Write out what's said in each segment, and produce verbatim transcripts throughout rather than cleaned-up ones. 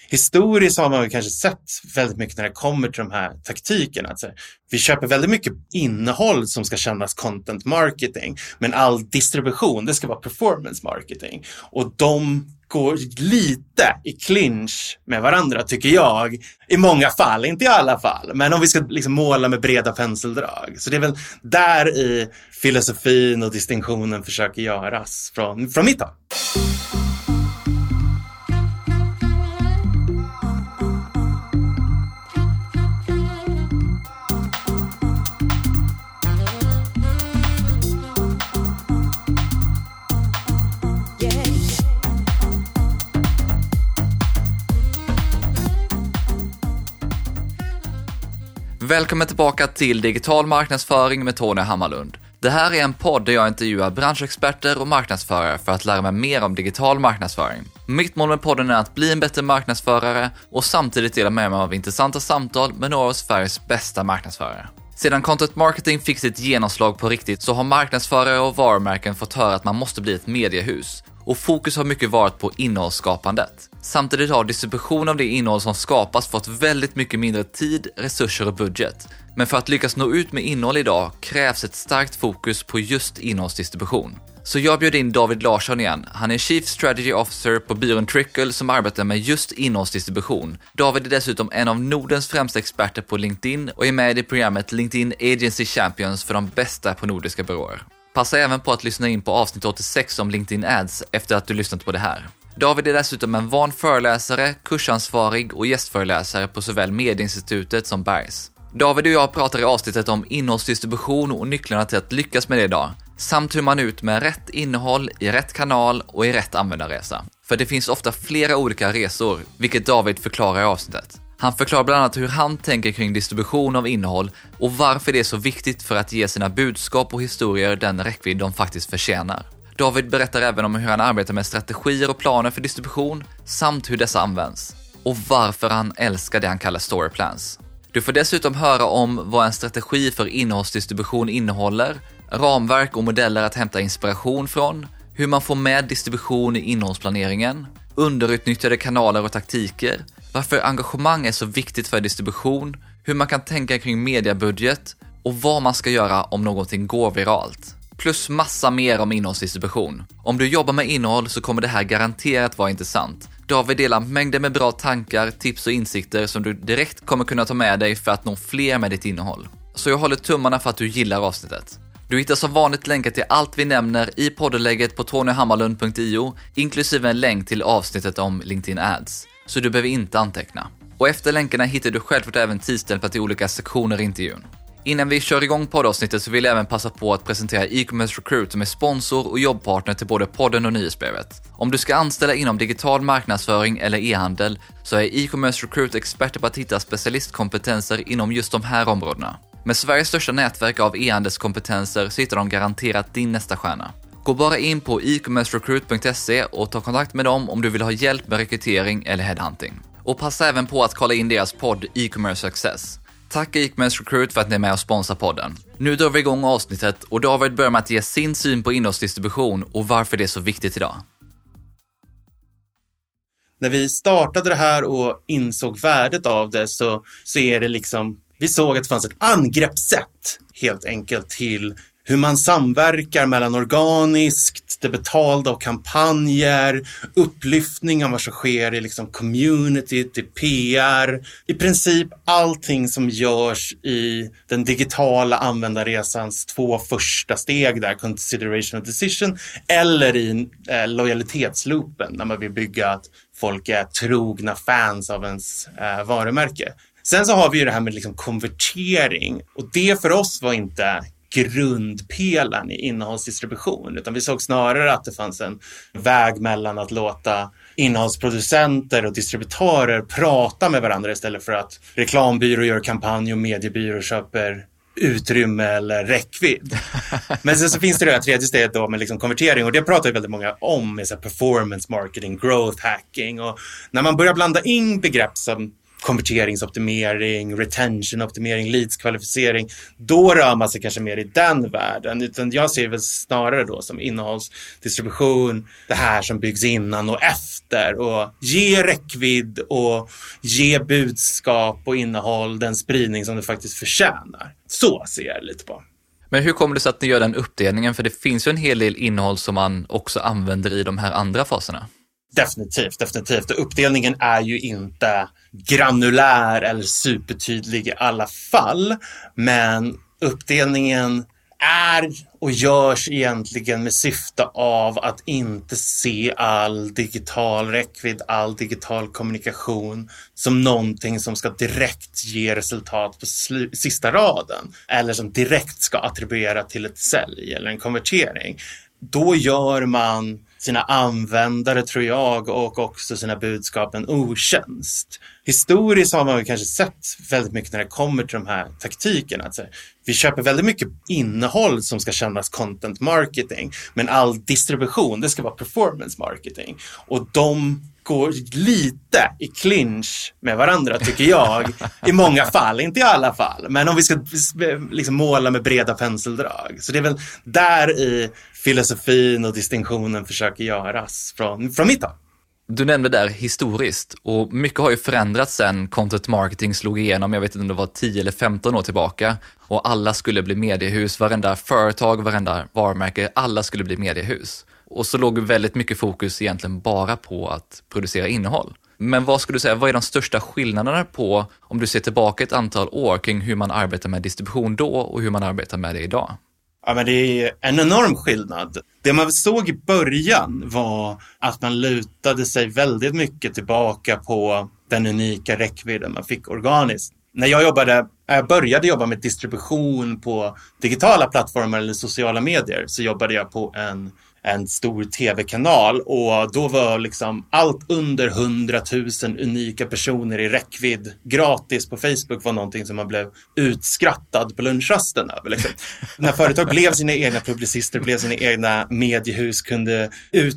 historiskt har man väl kanske sett väldigt mycket när det kommer till de här taktikerna. Alltså, vi köper väldigt mycket innehåll som ska kännas content marketing, men all distribution, det ska vara performance marketing. Och de går lite i clinch med varandra, tycker jag. I många fall, inte i alla fall. Men om vi ska liksom måla med breda penseldrag. Så det är väl där i filosofin och distinktionen försöker göras från, från mitt håll. Välkommen tillbaka till Digital marknadsföring med Tony Hammarlund. Det här är en podd där jag intervjuar branschexperter och marknadsförare för att lära mig mer om digital marknadsföring. Mitt mål med podden är att bli en bättre marknadsförare och samtidigt dela med mig av intressanta samtal med några av Sveriges bästa marknadsförare. Sedan content marketing fick sitt genomslag på riktigt så har marknadsförare och varumärken fått höra att man måste bli ett mediehus. Och fokus har mycket varit på innehållsskapandet. Samtidigt har distribution av det innehåll som skapas fått väldigt mycket mindre tid, resurser och budget. Men för att lyckas nå ut med innehåll idag krävs ett starkt fokus på just innehållsdistribution. Så jag bjöd in David Larsson igen. Han är Chief Strategy Officer på byrån Trickle som arbetar med just innehållsdistribution. David är dessutom en av Nordens främsta experter på LinkedIn och är med i programmet LinkedIn Agency Champions för de bästa på nordiska byråer. Passa även på att lyssna in på avsnitt åttiosex om LinkedIn Ads efter att du lyssnat på det här. David är dessutom en van föreläsare, kursansvarig och gästföreläsare på såväl Medieinstitutet som Bergs. David och jag pratar i avsnittet om innehållsdistribution och nycklarna till att lyckas med det idag, samt hur man ut med rätt innehåll i rätt kanal och i rätt användarresa. För det finns ofta flera olika resor, vilket David förklarar i avsnittet. Han förklarar bland annat hur han tänker kring distribution av innehåll och varför det är så viktigt för att ge sina budskap och historier den räckvidd de faktiskt förtjänar. David berättar även om hur han arbetar med strategier och planer för distribution samt hur dessa används och varför han älskar det han kallar storyplans. Du får dessutom höra om vad en strategi för innehållsdistribution innehåller, ramverk och modeller att hämta inspiration från, hur man får med distribution i innehållsplaneringen, underutnyttjade kanaler och taktiker, varför engagemang är så viktigt för distribution, hur man kan tänka kring mediebudget och vad man ska göra om någonting går viralt. Plus massa mer om innehållsdistribution. Om du jobbar med innehåll så kommer det här garanterat vara intressant. David delar mängder med bra tankar, tips och insikter som du direkt kommer kunna ta med dig för att nå fler med ditt innehåll. Så jag håller tummarna för att du gillar avsnittet. Du hittar som vanligt länkar till allt vi nämner i poddenlägget på tony hammarlund punkt io, inklusive en länk till avsnittet om LinkedIn Ads. Så du behöver inte anteckna. Och efter länkarna hittar du självklart även tidstämplar till olika sektioner i intervjun. Innan vi kör igång poddavsnittet så vill jag även passa på att presentera E-commerce Recruit som är sponsor och jobbpartner till både podden och nyhetsbrevet. Om du ska anställa inom digital marknadsföring eller e-handel så är E-commerce Recruit experter på att hitta specialistkompetenser inom just de här områdena. Med Sveriges största nätverk av e-handelskompetenser så hittar de garanterat din nästa stjärna. Gå bara in på e commerce recruit punkt se och ta kontakt med dem om du vill ha hjälp med rekrytering eller headhunting. Och passa även på att kolla in deras podd E-commerce Success. Tack E-commerce Recruit för att ni är med och sponsrar podden. Nu drar vi igång avsnittet och David börjar med att ge sin syn på innehållsdistribution och varför det är så viktigt idag. När vi startade det här och insåg värdet av det så, så är det liksom, vi såg att det fanns ett angreppssätt helt enkelt till hur man samverkar mellan organiskt, det betalda och kampanjer, upplyftning av vad som sker i liksom community, till P R. I princip allting som görs i den digitala användarresans två första steg där, consideration och decision, eller i eh, lojalitetsloopen när man vill bygga att folk är trogna fans av ens eh, varumärke. Sen så har vi ju det här med liksom konvertering och det för oss var inte grundpelaren i innehållsdistribution utan vi såg snarare att det fanns en väg mellan att låta innehållsproducenter och distributörer prata med varandra istället för att reklambyrå gör kampanj och mediebyrå köper utrymme eller räckvidd. Men sen så finns det det här tredje steget då med liksom konvertering och det pratar ju väldigt många om med så här performance marketing, growth hacking och när man börjar blanda in begrepp som konverteringsoptimering, retentionoptimering, leadskvalificering. Då rör man sig kanske mer i den världen. Utan jag ser väl snarare då som innehållsdistribution, det här som byggs innan och efter. Och ge räckvidd och ge budskap och innehåll den spridning som det faktiskt förtjänar. Så ser jag lite på. Men hur kommer det sig att ni gör den uppdelningen? För det finns ju en hel del innehåll som man också använder i de här andra faserna. Definitivt, definitivt. Och uppdelningen är ju inte granulär eller supertydlig i alla fall. Men uppdelningen är och görs egentligen med syfte av att inte se all digital räckvidd, all digital kommunikation som någonting som ska direkt ge resultat på sl- sista raden. Eller som direkt ska attribuera till ett sälj eller en konvertering. Då gör man sina användare, tror jag, och också sina budskap en otjänst. Historiskt har man kanske sett väldigt mycket när det kommer till de här taktikerna. Alltså, vi köper väldigt mycket innehåll som ska kännas content marketing, men all distribution, det ska vara performance marketing. Och de går lite i clinch med varandra, tycker jag, i många fall, inte i alla fall. Men om vi ska liksom måla med breda penseldrag. Så det är väl där i filosofin och distinktionen försöker göras från, från mitt håll. Du nämnde där historiskt, och mycket har ju förändrats sen content marketing slog igenom, jag vet inte om det var tio eller femton år tillbaka, och alla skulle bli mediehus, varenda företag, varenda varumärke, alla skulle bli mediehus. Och så låg väldigt mycket fokus egentligen bara på att producera innehåll. Men vad skulle du säga, vad är de största skillnaderna på, om du ser tillbaka ett antal år, kring hur man arbetar med distribution då och hur man arbetar med det idag? Ja, men det är en enorm skillnad. Det man såg i början var att man lutade sig väldigt mycket tillbaka på den unika räckvidden man fick organiskt. När jag jobbade, jag började jobba med distribution på digitala plattformar eller sociala medier, så jobbade jag på en en stor tv-kanal, och då var liksom allt under hundratusen unika personer i räckvidd gratis på Facebook var någonting som man blev utskrattad på lunchrasten över. Liksom. När företag blev sina egna publicister, blev sina egna mediehus, kunde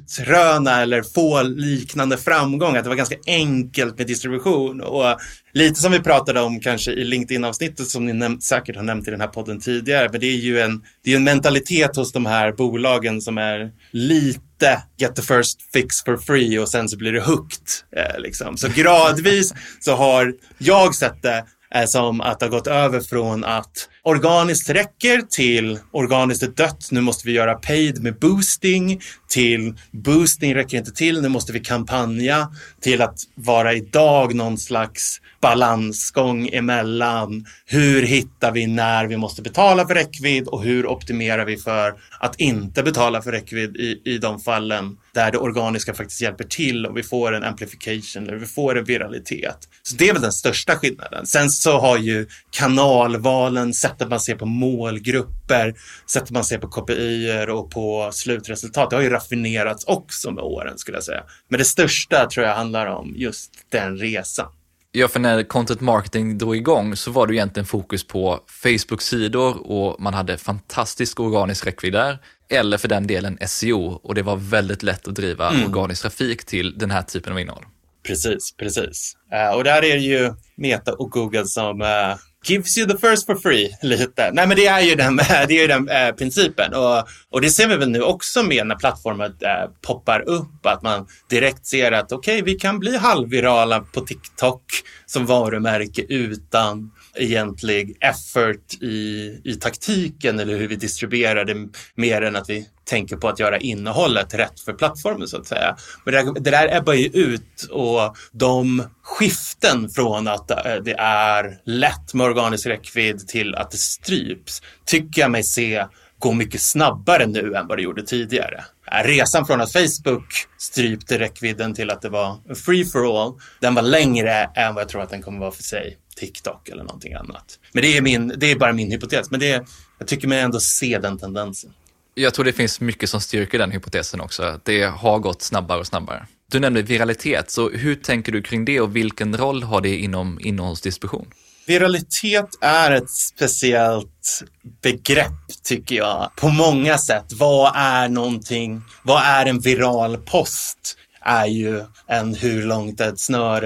utröna eller få liknande framgång, att det var ganska enkelt med distribution. Och lite som vi pratade om kanske i LinkedIn-avsnittet som ni näm- säkert har nämnt i den här podden tidigare, men det är ju en, det är en mentalitet hos de här bolagen som är lite get the first fix for free och sen så blir det hooked. Eh, liksom. Så gradvis så har jag sett det eh, som att det har gått över från att organiskt räcker till organiskt är dött, nu måste vi göra paid med boosting, till boosting räcker inte till, nu måste vi kampanja, till att vara idag någon slags balansgång emellan hur hittar vi när vi måste betala för räckvidd och hur optimerar vi för att inte betala för räckvidd i, i de fallen där det organiska faktiskt hjälper till och vi får en amplification eller vi får en viralitet. Så det är väl den största skillnaden. Sen så har ju kanalvalen, sättet man ser på målgrupper, sättet man ser på K P I-er och på slutresultat, det har ju raffinerats också med åren, skulle jag säga. Men det största tror jag handlar om just den resan. Ja, för när content marketing drog igång så var det egentligen fokus på Facebook-sidor och man hade fantastisk organisk räckvidd där, eller för den delen S E O, och det var väldigt lätt att driva mm. organisk trafik till den här typen av innehåll. Precis, precis. Uh, och där är det ju Meta och Google som uh, gives you the first for free lite. Nej, men det är ju den, det är ju den uh, principen. Och, och det ser vi väl nu också med när plattformar uh, poppar upp. Att man direkt ser att okej, okay, vi kan bli halvvirala på TikTok som varumärke utan egentlig effort i, i taktiken eller hur vi distribuerar det, mer än att vi tänker på att göra innehållet rätt för plattformen, så att säga. Men det, det där ebbar ju ut, och de skiften från att det är lätt med organisk räckvidd till att det stryps tycker jag mig se gå mycket snabbare nu än vad det gjorde tidigare. Resan från att Facebook strypte räckvidden till att det var free for all, den var längre än vad jag tror att den kommer vara för sig TikTok eller någonting annat. Men det är, min, det är bara min hypotes, men det är, jag tycker mig ändå se den tendensen. Jag tror det finns mycket som styrker den hypotesen också. Det har gått snabbare och snabbare. Du nämnde viralitet, så hur tänker du kring det och vilken roll har det inom innehållsdistribution? Viralitet är ett speciellt begrepp, tycker jag. På många sätt. Vad är någonting? Vad är en viral post? Är ju en hur långt ett snöre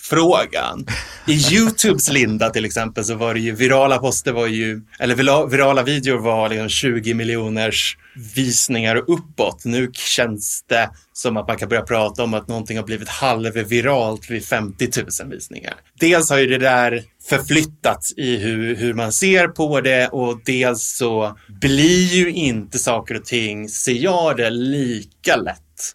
frågan. I YouTubes linda till exempel så var det ju virala poster var ju, eller virala videor var liksom tjugo miljoners visningar och uppåt. Nu känns det som att man kan börja prata om att någonting har blivit halvviralt vid femtio tusen visningar. Dels har ju det där förflyttats i hur, hur man ser på det, och dels så blir ju inte saker och ting, ser jag det, lika lätt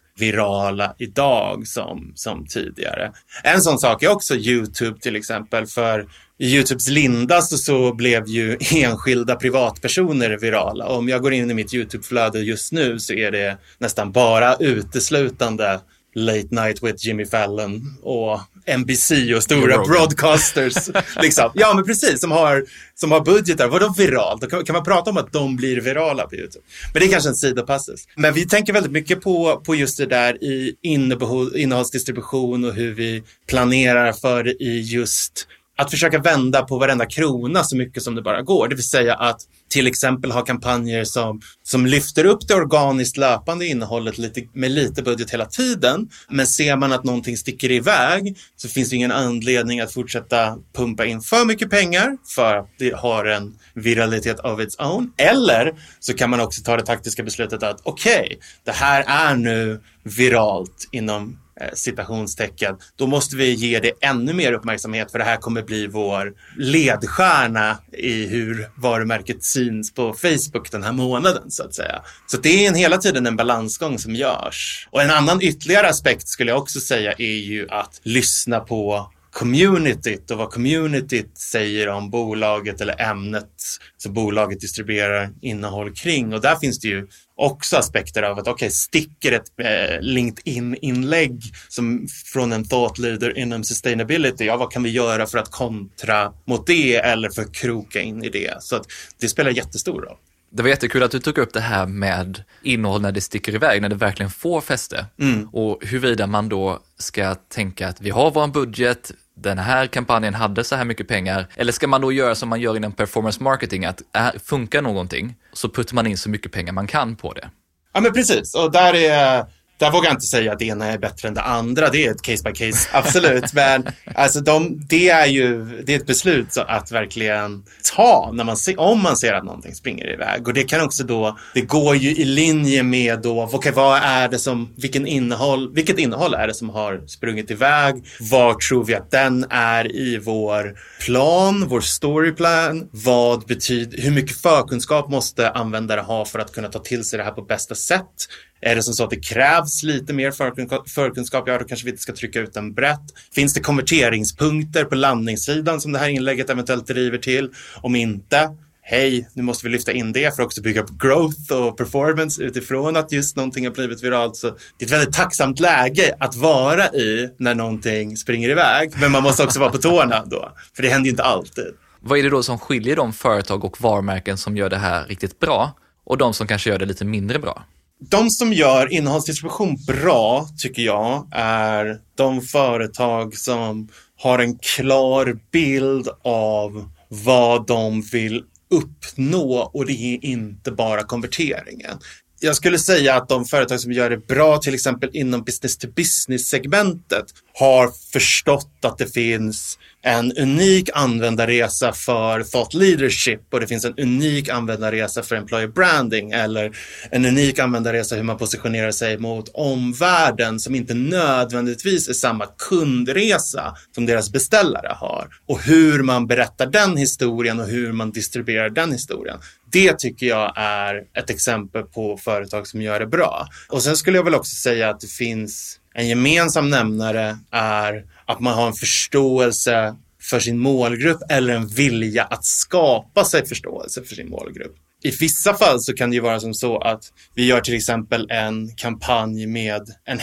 virala idag som, som tidigare. En sån sak är också YouTube till exempel, för i YouTubes linda så, så blev ju enskilda privatpersoner virala. Om jag går in i mitt YouTube-flöde just nu så är det nästan bara uteslutande Late Night with Jimmy Fallon och N B C och stora broadcasters. Liksom. Ja, men precis, som har, som har budgetar. Vadå viralt? Då kan, kan man prata om att de blir virala på YouTube. Men det är kanske en sidopassus. Men vi tänker väldigt mycket på, på just det där i innehållsdistribution och hur vi planerar för det i just att försöka vända på varenda krona så mycket som det bara går. Det vill säga att till exempel ha kampanjer som, som lyfter upp det organiskt löpande innehållet lite, med lite budget hela tiden. Men ser man att någonting sticker iväg så finns det ingen anledning att fortsätta pumpa in för mycket pengar för att det har en viralitet of its own. Eller så kan man också ta det taktiska beslutet att okej, okay, det här är nu viralt inom citationstecken, då måste vi ge det ännu mer uppmärksamhet, för det här kommer bli vår ledstjärna i hur varumärket syns på Facebook den här månaden så att säga. Så det är en, hela tiden en balansgång som görs. Och en annan ytterligare aspekt skulle jag också säga är ju att lyssna på communityt och vad communityt säger om bolaget eller ämnet som bolaget distribuerar innehåll kring. Och där finns det ju också aspekter av att okej, okay, sticker ett eh, LinkedIn-inlägg som från en thought leader inom sustainability, ja, vad kan vi göra för att kontra mot det eller för att kroka in i det? Så att det spelar jättestor roll. Det var jättekul att du tog upp det här med innehåll när det sticker iväg, när det verkligen får fäste. Mm. Och huruvida man då ska tänka att vi har vår budget, den här kampanjen hade så här mycket pengar. Eller ska man då göra som man gör inom performance marketing, att äh, funkar någonting så puttar man in så mycket pengar man kan på det. Ja, men precis. Och där är... Där vågar jag inte säga att det ena är bättre än det andra. Det är ett case by case, absolut. Men alltså de, det är ju det är ett beslut så att verkligen ta när man ser, om man ser att någonting springer iväg. Och det kan också då, det går ju i linje med då, okay, vad är det som, vilken innehåll, vilket innehåll är det som har sprungit iväg? Var tror vi att den är i vår plan, vår storyplan? Vad betyder, hur mycket förkunskap måste användare ha för att kunna ta till sig det här på bästa sätt? Är det som så att det krävs lite mer förkunskap? Ja, då kanske vi inte ska trycka ut en brett. Finns det konverteringspunkter på landningssidan som det här inlägget eventuellt driver till? Om inte, hej, nu måste vi lyfta in det för att också bygga upp growth och performance utifrån att just någonting har blivit viralt. Så det är ett väldigt tacksamt läge att vara i när någonting springer iväg. Men man måste också vara på tårna då, för det händer ju inte alltid. Vad är det då som skiljer de företag och varumärken som gör det här riktigt bra och de som kanske gör det lite mindre bra? De som gör innehållsdistribution bra, tycker jag, är de företag som har en klar bild av vad de vill uppnå, och det är inte bara konverteringen. Jag skulle säga att de företag som gör det bra, till exempel inom business-to-business-segmentet, har förstått att det finns en unik användarresa för thought leadership, och det finns en unik användarresa för employer branding, eller en unik användarresa hur man positionerar sig mot omvärlden som inte nödvändigtvis är samma kundresa som deras beställare har. Och hur man berättar den historien och hur man distribuerar den historien. Det tycker jag är ett exempel på företag som gör det bra. Och sen skulle jag väl också säga att det finns en gemensam nämnare är att man har en förståelse för sin målgrupp eller en vilja att skapa sig förståelse för sin målgrupp. I vissa fall så kan det ju vara som så att vi gör till exempel en kampanj med en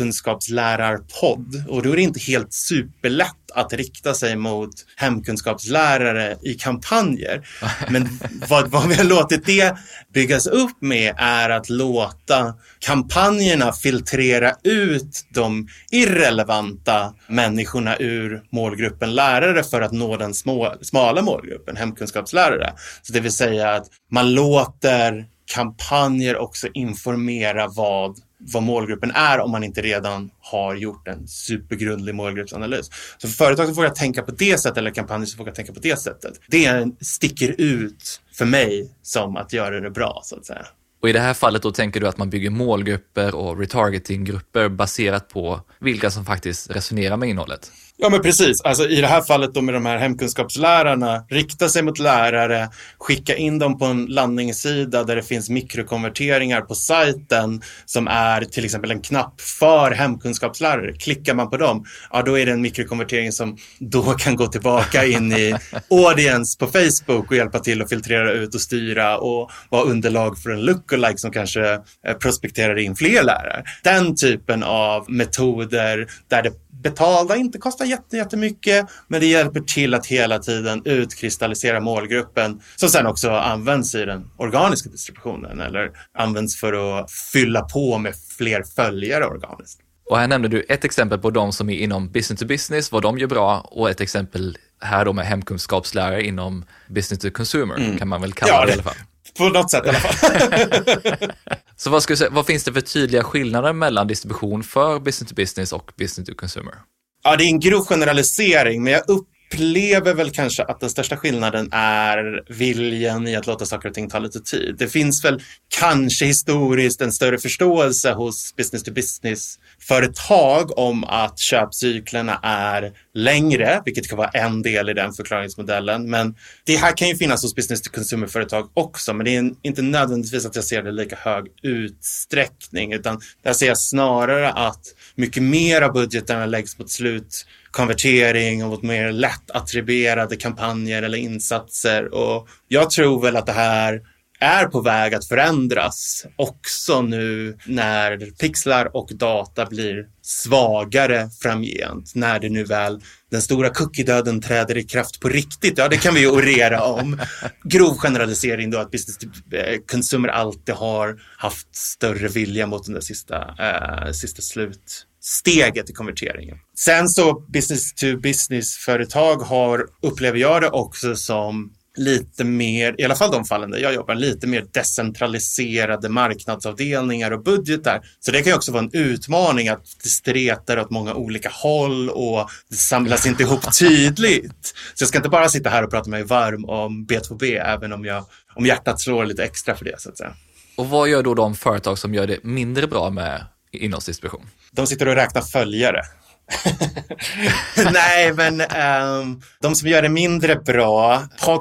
hemkunskapslärarpodd, och då är det inte helt superlätt att rikta sig mot hemkunskapslärare i kampanjer. Men vad, vad vi har låtit det byggas upp med är att låta kampanjerna filtrera ut de irrelevanta människorna ur målgruppen lärare för att nå den små, smala målgruppen hemkunskapslärare. Så det vill säga att man låter kampanjer också informera vad vad målgruppen är om man inte redan har gjort en supergrundlig målgruppsanalys. Så för företag som vågar tänka på det sättet eller kampanjer som vågar tänka på det sättet, det sticker ut för mig som att göra det bra, så att säga. Och i det här fallet då tänker du att man bygger målgrupper och retargetinggrupper baserat på vilka som faktiskt resonerar med innehållet? Ja, men precis. Alltså i det här fallet då med de här hemkunskapslärarna, rikta sig mot lärare, skicka in dem på en landningssida där det finns mikrokonverteringar på sajten som är till exempel en knapp för hemkunskapslärare. Klickar man på dem, ja då är det en mikrokonvertering som då kan gå tillbaka in i audience på Facebook och hjälpa till att filtrera ut och styra och vara underlag för en lookalike som kanske prospekterar in fler lärare. Den typen av metoder där det betalda inte kostar jätte, jättemycket, men det hjälper till att hela tiden utkristallisera målgruppen som sen också används i den organiska distributionen eller används för att fylla på med fler följare organiskt. Och här nämnde du ett exempel på de som är inom business to business, vad de gör bra, och ett exempel här då med hemkunskapslärare inom business to consumer, mm. kan man väl kalla ja, det i alla fall. På något sätt i alla fall. Så vad, ska du säga, vad finns det för tydliga skillnader mellan distribution för business to business och business to consumer? Ja, det är en grov generalisering, men jag upplever väl kanske att den största skillnaden är viljan i att låta saker och ting ta lite tid. Det finns väl kanske historiskt en större förståelse hos business to business företag om att köpcyklerna är längre, vilket kan vara en del i den förklaringsmodellen. Men det här kan ju finnas hos business to consumer-företag också, men det är inte nödvändigtvis att jag ser det i lika hög utsträckning, utan där ser jag snarare att mycket mer av budgeterna läggs mot slutkonvertering och mot mer lätt attribuerade kampanjer eller insatser. Och jag tror väl att det här är på väg att förändras också nu när pixlar och data blir svagare framgent, när det nu väl den stora cookie-döden träder i kraft på riktigt. Ja, det kan vi ju orera om. Grov generalisering då att business to consumer alltid har haft större vilja mot den där sista, äh, sista slutsteget i konverteringen. Sen så business to business-företag har, upplever jag det också som lite mer, i alla fall de fallen där jag jobbar, lite mer decentraliserade marknadsavdelningar och budgetar. Så det kan ju också vara en utmaning att det stretar åt många olika håll och det samlas inte ihop tydligt. Så jag ska inte bara sitta här och prata mig varm om B två B, även om, jag, om hjärtat slår lite extra för det, så att säga. Och vad gör då de företag som gör det mindre bra med innehållsdistribution? De sitter och räknar följare. Nej, men um, de som gör det mindre bra har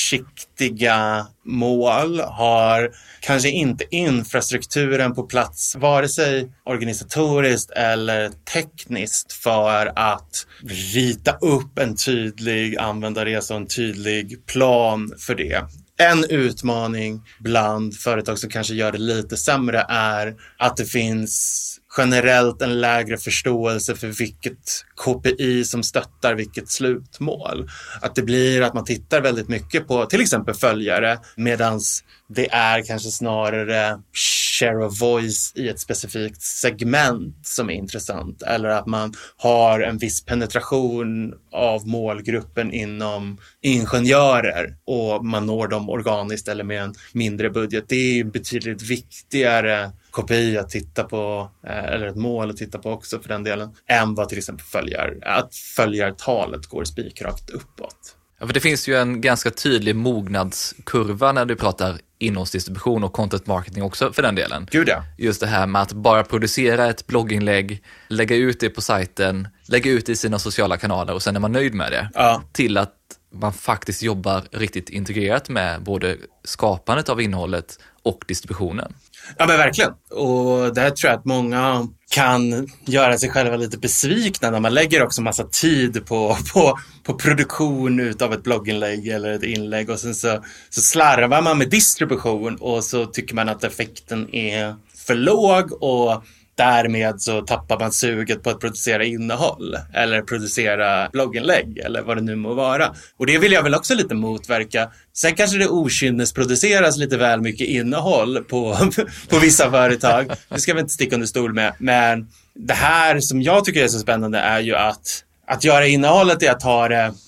kortsiktiga mål, har kanske inte infrastrukturen på plats, vare sig organisatoriskt eller tekniskt, för att rita upp en tydlig användarresa och en tydlig plan för det. En utmaning bland företag som kanske gör det lite sämre är att det finns generellt en lägre förståelse för vilket K P I som stöttar vilket slutmål. Att det blir att man tittar väldigt mycket på till exempel följare, medan det är kanske snarare share of voice i ett specifikt segment som är intressant. Eller att man har en viss penetration av målgruppen inom ingenjörer och man når dem organiskt eller med en mindre budget. Det är betydligt viktigare K P I att titta på, eller ett mål att titta på också för den delen, än vad till exempel följar, att följartalet går spikrakt uppåt. Ja, för det finns ju en ganska tydlig mognadskurva när du pratar innehållsdistribution och content marketing också för den delen. Gud ja. Just det här med att bara producera ett blogginlägg, lägga ut det på sajten, lägga ut det i sina sociala kanaler och sen är man nöjd med det. Ja. Till att man faktiskt jobbar riktigt integrerat med både skapandet av innehållet och distributionen. Ja, men verkligen. Och där tror jag att många kan göra sig själva lite besvikna när man lägger också massa tid på, på, på produktion utav ett blogginlägg eller ett inlägg, och sen så, så slarvar man med distribution och så tycker man att effekten är för låg och därmed så tappar man suget på att producera innehåll eller producera blogginlägg eller vad det nu må vara. Och det vill jag väl också lite motverka. Sen kanske det okynnesproduceras lite väl mycket innehåll på, på vissa företag. Det ska vi inte sticka under stol med. Men det här som jag tycker är så spännande är ju att Att göra innehållet är att ha det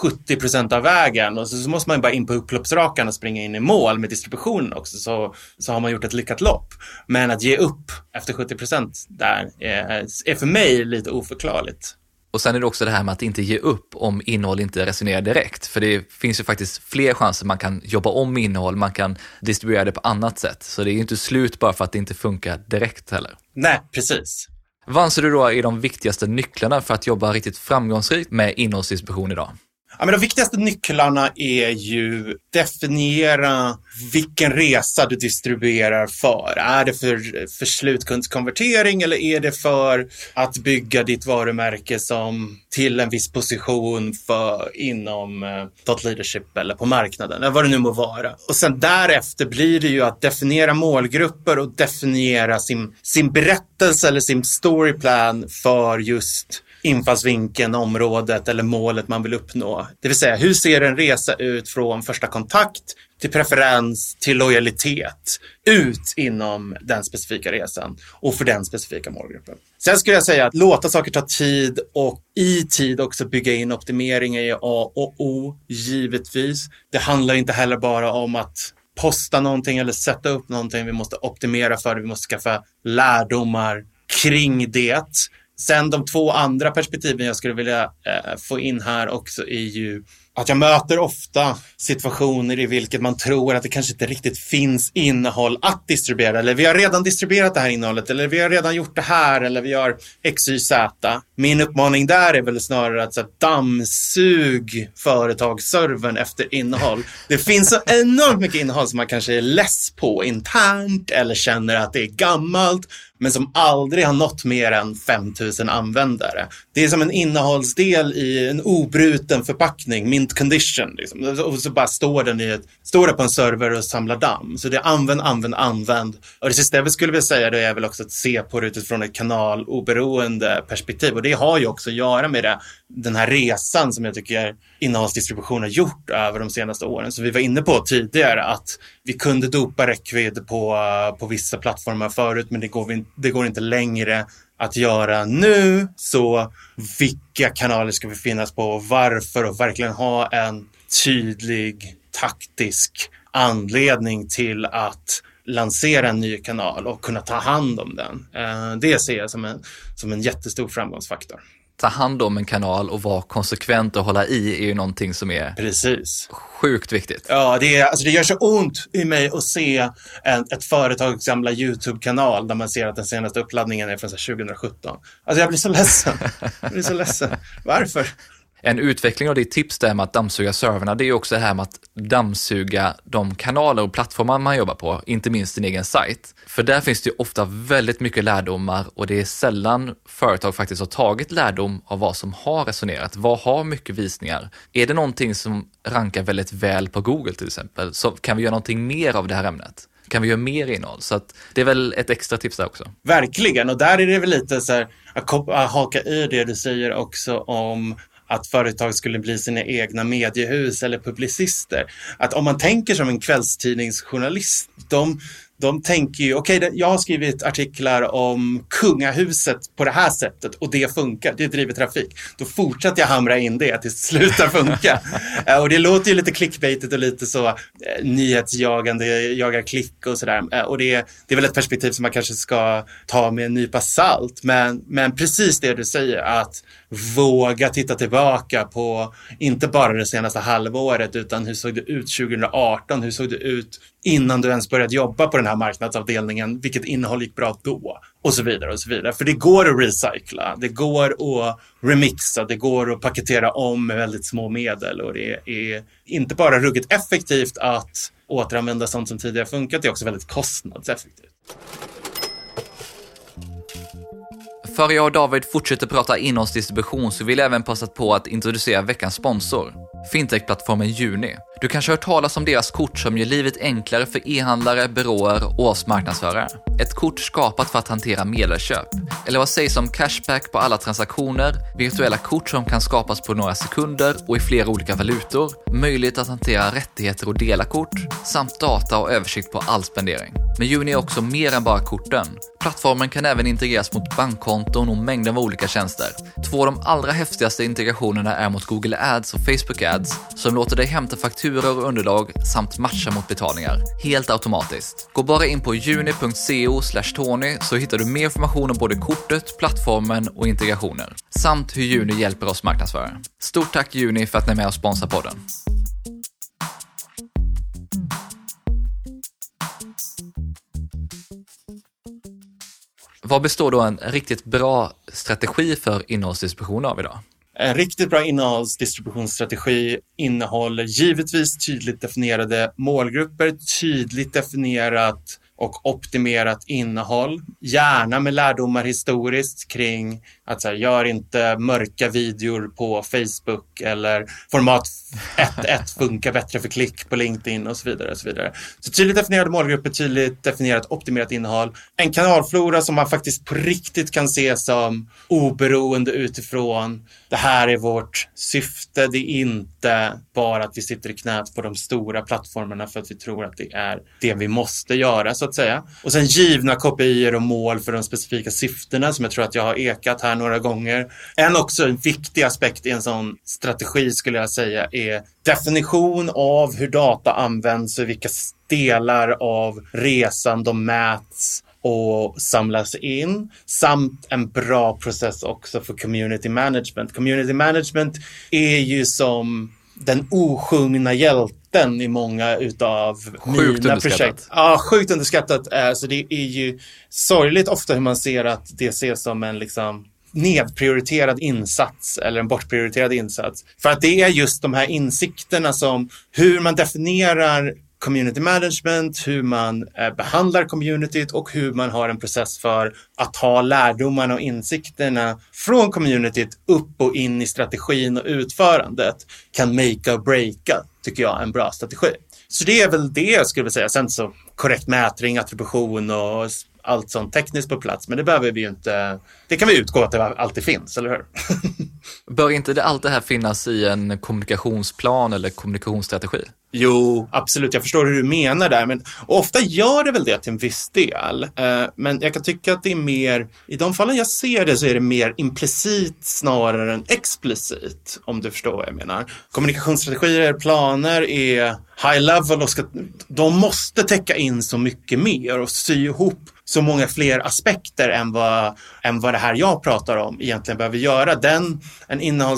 sjuttio procent av vägen och så, så måste man bara in på upploppsrakan och springa in i mål med distributionen också, så, så har man gjort ett lyckat lopp. Men att ge upp efter sjuttio procent där är, är för mig lite oförklarligt. Och sen är det också det här med att inte ge upp om innehåll inte resonerar direkt. För det finns ju faktiskt fler chanser. Man kan jobba om innehåll, man kan distribuera det på annat sätt. Så det är ju inte slut bara för att det inte funkar direkt heller. Nej, precis. Vad anser du då är de viktigaste nycklarna för att jobba riktigt framgångsrikt med innehållsdistribution idag? Ja, men de viktigaste nycklarna är ju definiera vilken resa du distribuerar för. Är det för, för slutkundskonvertering eller är det för att bygga ditt varumärke som till en viss position för, inom eh, thought leadership eller på marknaden, eller vad det nu må vara. Och sen därefter blir det ju att definiera målgrupper och definiera sin, sin berättelse eller sin storyplan för just infallsvinkeln, området eller målet man vill uppnå. Det vill säga, hur ser en resa ut från första kontakt till preferens till lojalitet ut inom den specifika resan och för den specifika målgruppen. Sen skulle jag säga att låta saker ta tid och i tid också bygga in optimering är A och O, givetvis. Det handlar inte heller bara om att posta någonting eller sätta upp någonting. Vi måste optimera för det, vi måste skaffa lärdomar kring det. Sen de två andra perspektiven jag skulle vilja eh, få in här också är ju att jag möter ofta situationer i vilket man tror att det kanske inte riktigt finns innehåll att distribuera. Eller vi har redan distribuerat det här innehållet. Eller vi har redan gjort det här. Eller vi har X, Y, Z. Min uppmaning där är väl snarare att så här, dammsug företagsservern efter innehåll. Det finns så enormt mycket innehåll som man kanske är less på internt. Eller känner att det är gammalt. Men som aldrig har nått mer än fem tusen användare. Det är som en innehållsdel i en obruten förpackning, mint condition. Liksom. Och så bara står den i ett, står det på en server och samlar damm. Så det är använd, använd, använd. Och det sista jag skulle vilja säga det är väl också att se på det utifrån ett kanaloberoende perspektiv. Och det har ju också att göra med det, den här resan som jag tycker innehållsdistribution har gjort över de senaste åren. Så vi var inne på tidigare att vi kunde dopa räckvidd på, på vissa plattformar förut, men det går, vi, det går inte längre att göra nu. Så vilka kanaler ska vi finnas på och varför, och verkligen ha en tydlig taktisk anledning till att lansera en ny kanal och kunna ta hand om den. Det ser jag som en, som en jättestor framgångsfaktor. Ta hand om en kanal och vara konsekvent och hålla i är ju någonting som är precis sjukt viktigt. Ja, det, är, alltså det gör så ont i mig att se en, ett företags gamla YouTube-kanal där man ser att den senaste uppladdningen är från tjugohundrasjutton. Alltså jag blir så ledsen. Jag blir så ledsen. Varför? En utveckling av ditt tips där med att dammsuga serverna, det är ju också det här med att dammsuga de kanaler och plattformar man jobbar på, inte minst din egen sajt. För där finns det ju ofta väldigt mycket lärdomar och det är sällan företag faktiskt har tagit lärdom av vad som har resonerat. Vad har mycket visningar? Är det någonting som rankar väldigt väl på Google till exempel, så kan vi göra någonting mer av det här ämnet. Kan vi göra mer innehåll? Så att det är väl ett extra tips där också. Verkligen, och där är det väl lite så här att haka i det du säger också om att företag skulle bli sina egna mediehus eller publicister. Att om man tänker som en kvällstidningsjournalist, de, de tänker ju, okej, okay, jag har skrivit artiklar om kungahuset på det här sättet och det funkar, det driver trafik. Då fortsätter jag hamra in det tills det slutar funka. Och det låter ju lite clickbaitigt och lite så eh, nyhetsjagande, jagar klick och sådär. Eh, och det, det är väl ett perspektiv som man kanske ska ta med en nypa salt. Men, men precis det du säger, att våga titta tillbaka på inte bara det senaste halvåret, utan hur såg det ut tjugohundraarton, hur såg det ut innan du ens började jobba på den här marknadsavdelningen, vilket innehåll gick bra då, och så vidare och så vidare. För det går att recycla, det går att remixa, det går att paketera om med väldigt små medel, och det är inte bara ruggigt effektivt att återanvända sånt som tidigare funkat, det är också väldigt kostnadseffektivt. För jag och David fortsätter prata innehållsdistribution så vill jag även passa på att introducera veckans sponsor, fintech-plattformen Juni. Du kanske har hört talas om deras kort som gör livet enklare för e-handlare, byråer och oss marknadsförare. Ett kort skapat för att hantera medlemsköp. Eller vad sägs om cashback på alla transaktioner, virtuella kort som kan skapas på några sekunder och i flera olika valutor, möjlighet att hantera rättigheter och dela kort, samt data och översikt på all spendering. Men Juni är också mer än bara korten. Plattformen kan även integreras mot bankkonton och mängder av olika tjänster. Två av de allra häftigaste integrationerna är mot Google Ads och Facebook Ads som låter dig hämta fakturor och underlag samt matcha mot betalningar. Helt automatiskt. Gå bara in på juni punkt co slash tony så hittar du mer information om både kortet, plattformen och integrationer. Samt hur Juni hjälper oss marknadsförare. Stort tack Juni för att ni är med och sponsrar podden. Vad består då en riktigt bra strategi för innehållsdistribution av idag? En riktigt bra innehållsdistributionsstrategi innehåller givetvis tydligt definierade målgrupper, tydligt definierat och optimerat innehåll. Gärna med lärdomar historiskt kring att så här, gör inte mörka videor på Facebook eller format ett ett funkar bättre för klick på LinkedIn och så vidare. Och så vidare. Så tydligt definierade målgrupper, tydligt definierat optimerat innehåll. En kanalflora som man faktiskt på riktigt kan se som oberoende utifrån. Det här är vårt syfte, det är inte bara att vi sitter i knät på de stora plattformarna för att vi tror att det är det vi måste göra så att säga. Och sen givna kopior och mål för de specifika syftena som jag tror att jag har ekat här några gånger. En också en viktig aspekt i en sån strategi skulle jag säga är definition av hur data används och vilka delar av resan de mäts och samlas in, samt en bra process också för community management. Community management är ju som den osjungna hjälten i många utav sjukt mina projekt. Ja, sjukt underskattat. Så det är ju sorgligt ofta hur man ser att det ses som en liksom nedprioriterad insats eller en bortprioriterad insats. För att det är just de här insikterna som hur man definierar community management, hur man eh, behandlar communityt och hur man har en process för att ta lärdomarna och insikterna från communityt upp och in i strategin och utförandet kan make or breaka, tycker jag, en bra strategi. Så det är väl det jag skulle vilja säga. Sen så korrekt mätning, attribution och allt sånt tekniskt på plats. Men det behöver vi ju inte. Det kan vi utgå att det alltid finns, eller hur? Bör inte det, allt det här finnas i en kommunikationsplan eller kommunikationsstrategi? Jo, absolut. Jag förstår hur du menar där. Men ofta gör det väl det till en viss del. Men jag kan tycka att det är mer, i de fallen jag ser det så är det mer implicit snarare än explicit. Om du förstår vad jag menar. Kommunikationsstrategier, planer är high level och ska, de måste täcka in så mycket mer och sy ihop så många fler aspekter än vad, än vad det här jag pratar om egentligen behöver göra. Den, en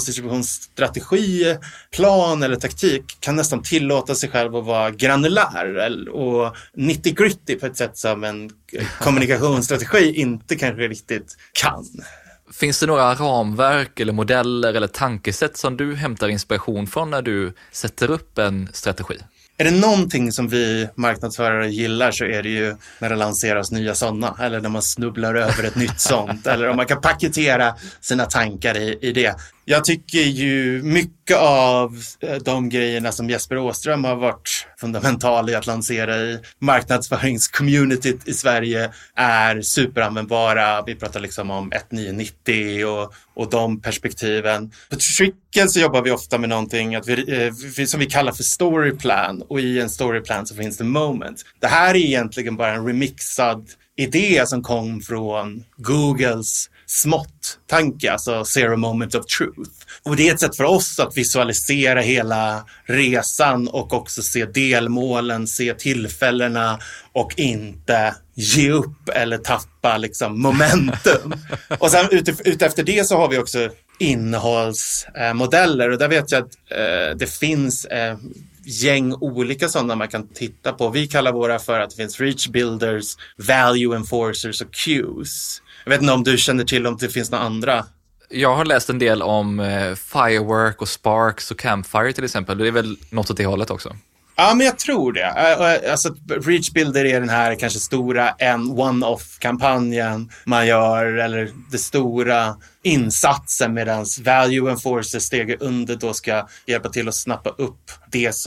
innehållsdistributionsstrategi, plan eller taktik kan nästan tillåta sig själv att vara granulär och nitty-gritty på ett sätt som en kommunikationsstrategi inte kanske riktigt kan. Finns det några ramverk eller modeller eller tankesätt som du hämtar inspiration från när du sätter upp en strategi? Är det någonting som vi marknadsförare gillar så är det ju när det lanseras nya sådana. Eller när man snubblar över ett nytt sånt. Eller om man kan paketera sina tankar i, i det. Jag tycker ju mycket av de grejerna som Jesper Åström har varit fundamental i att lansera i marknadsföringscommunityt i Sverige är superanvändbara. Vi pratar liksom om nittonhundranittio och, och de perspektiven. På Trickle så jobbar vi ofta med någonting att vi, eh, som vi kallar för storyplan. Och i en storyplan så finns det moment. Det här är egentligen bara en remixad idé som kom från Googles smått-tanke, alltså zero moment of truth. Och det är ett sätt för oss att visualisera hela resan och också se delmålen, se tillfällena och inte ge upp eller tappa liksom momentum. Och sen ut, ut efter det så har vi också innehållsmodeller eh, och där vet jag att eh, det finns eh, gäng olika sådana man kan titta på. Vi kallar våra för att det finns reach builders, value enforcers och cues. Jag vet inte om du känner till om det finns några andra. Jag har läst en del om eh, Firework och Sparks och Campfire till exempel. Det är väl något åt det hållet också? Ja, men jag tror det. Alltså, Reach Builder är den här kanske stora en one-off-kampanjen man gör, eller det stora insatsen, medan Value Enforcer steg under då ska hjälpa till att snappa upp det som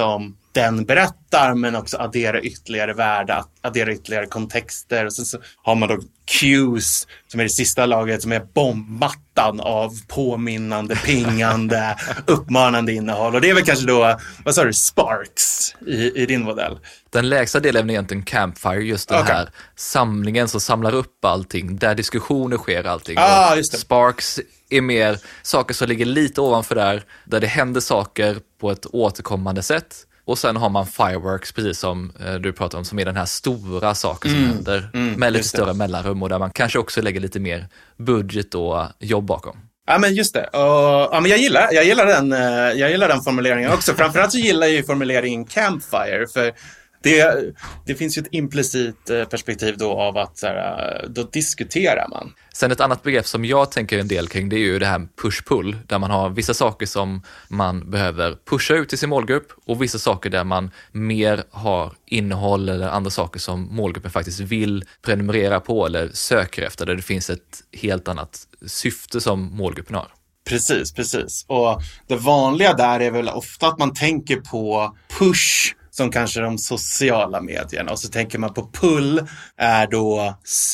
den berättar, men också addera ytterligare värde, addera ytterligare kontexter. Och sen så har man då cues som är det sista laget, som är bombmattan av påminnande, pingande, uppmanande innehåll. Och det är väl kanske då, vad sa du, sparks i, i din modell? Den lägsta delen är egentligen Campfire, just den okay. här samlingen som samlar upp allting, där diskussioner sker allting. Ah, just det. Sparks är mer saker som ligger lite ovanför där, där det händer saker på ett återkommande sätt. Och sen har man Fireworks, precis som eh, du pratar om, som är den här stora saken som mm. händer mm, med lite större mellanrum, och där man kanske också lägger lite mer budget och jobb bakom. Ja, men just det. Och, ja, men jag gillar, jag gillar den, jag gillar den formuleringen också. Framförallt så gillar jag ju formuleringen Campfire, för det, det finns ju ett implicit perspektiv då av att så här, då diskuterar man. Sen ett annat begrepp som jag tänker en del kring, det är ju det här push-pull, där man har vissa saker som man behöver pusha ut till sin målgrupp och vissa saker där man mer har innehåll eller andra saker som målgruppen faktiskt vill prenumerera på eller söker efter, där det finns ett helt annat syfte som målgruppen har. Precis, precis. Och det vanliga där är väl ofta att man tänker på push som kanske de sociala medierna, och så tänker man på pull är då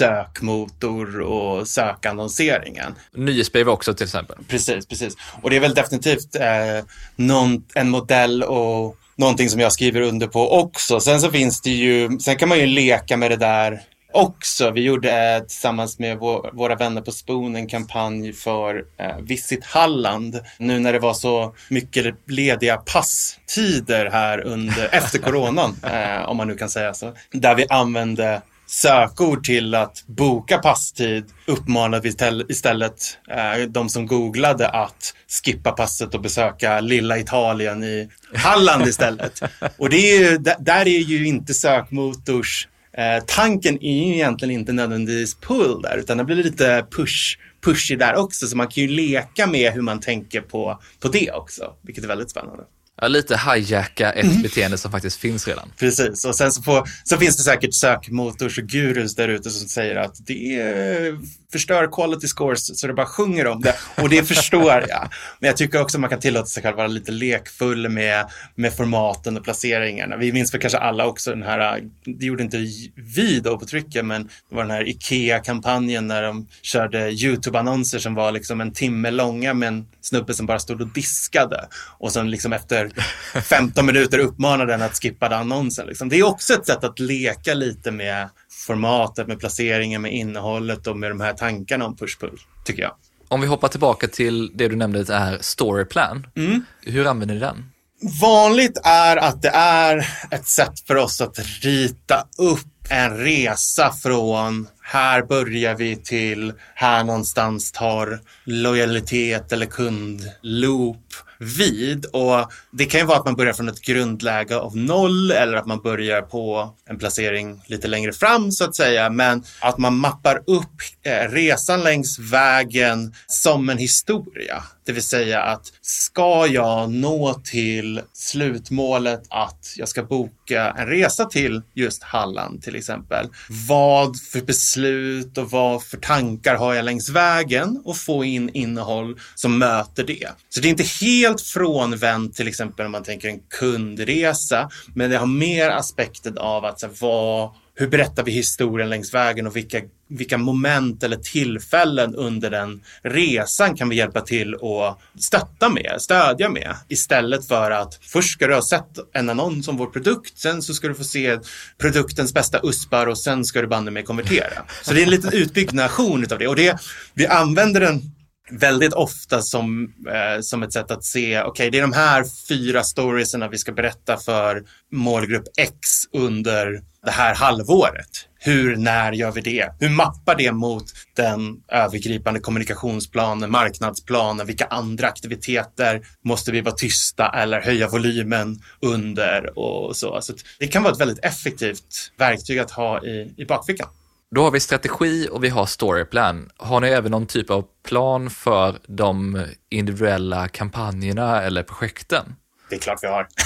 sökmotor och sökannonseringen. Nyhetsbrev också till exempel. Precis, precis. Och det är väl definitivt eh, någon, en modell och någonting som jag skriver under på också. Sen så finns det ju, sen kan man ju leka med det där också. Vi gjorde eh, tillsammans med vår, våra vänner på Spoon en kampanj för eh, Visit Halland. Nu när det var så mycket lediga passtider här under, efter coronan, eh, om man nu kan säga så. Där vi använde sökord till att boka passtid, uppmanade vi istället eh, de som googlade att skippa passet och besöka lilla Italien i Halland istället. Och det är ju, där är ju inte sökmotors Eh, tanken är ju egentligen inte nödvändigtvis pull där, utan det blir lite push, pushy där också, så man kan ju leka med hur man tänker på, på det också, vilket är väldigt spännande. Ja, lite hijacka ett mm. beteende som faktiskt finns redan. Precis, och sen så, får, så finns det säkert sökmotors och gurus där ute som säger att det är, förstör quality scores så det bara sjunger om det, och det förstår jag. Men jag tycker också att man kan tillåta sig själv vara lite lekfull med, med formaten och placeringarna. Vi minns för kanske alla också den här, det gjorde inte vi då på Trycket, men det var den här IKEA-kampanjen när de körde YouTube-annonser som var liksom en timme långa med en snubbe som bara stod och diskade, och sen liksom efter femton minuter uppmanade den att skippa den annonsen. Liksom. Det är också ett sätt att leka lite med formatet, med placeringen, med innehållet och med de här tankarna om push-pull, tycker jag. Om vi hoppar tillbaka till det du nämnde, det här storyplan. Mm. Hur använder ni den? Vanligt är att det är ett sätt för oss att rita upp en resa från här börjar vi till här någonstans tar lojalitet eller kundloop vid. Och det kan ju vara att man börjar från ett grundläge av noll, eller att man börjar på en placering lite längre fram så att säga, men att man mappar upp eh, resan längs vägen som en historia. Det vill säga att ska jag nå till slutmålet att jag ska boka en resa till just Halland till exempel, vad för beslut och vad för tankar har jag längs vägen, och få in innehåll som möter det. Så det är inte helt frånvänt till exempel om man tänker en kundresa, men det har mer aspekten av att så, vad, hur berättar vi historien längs vägen, och vilka, vilka moment eller tillfällen under den resan kan vi hjälpa till och stötta med, stödja med, istället för att först ska du ha sett en annons om vår produkt, sen så ska du få se produktens bästa uspar och sen ska du banne med konvertera. Så det är en liten utbyggnation utav det, och det, vi använder den väldigt ofta som, eh, som ett sätt att se, okej, okay, det är de här fyra storiesarna vi ska berätta för målgrupp X under det här halvåret. Hur, när gör vi det? Hur mappar det mot den övergripande kommunikationsplanen, marknadsplanen? Vilka andra aktiviteter måste vi vara tysta eller höja volymen under och så. Så det kan vara ett väldigt effektivt verktyg att ha i, i bakfickan. Då har vi strategi och vi har storyplan. Har ni även någon typ av plan för de individuella kampanjerna eller projekten? Det är klart vi har.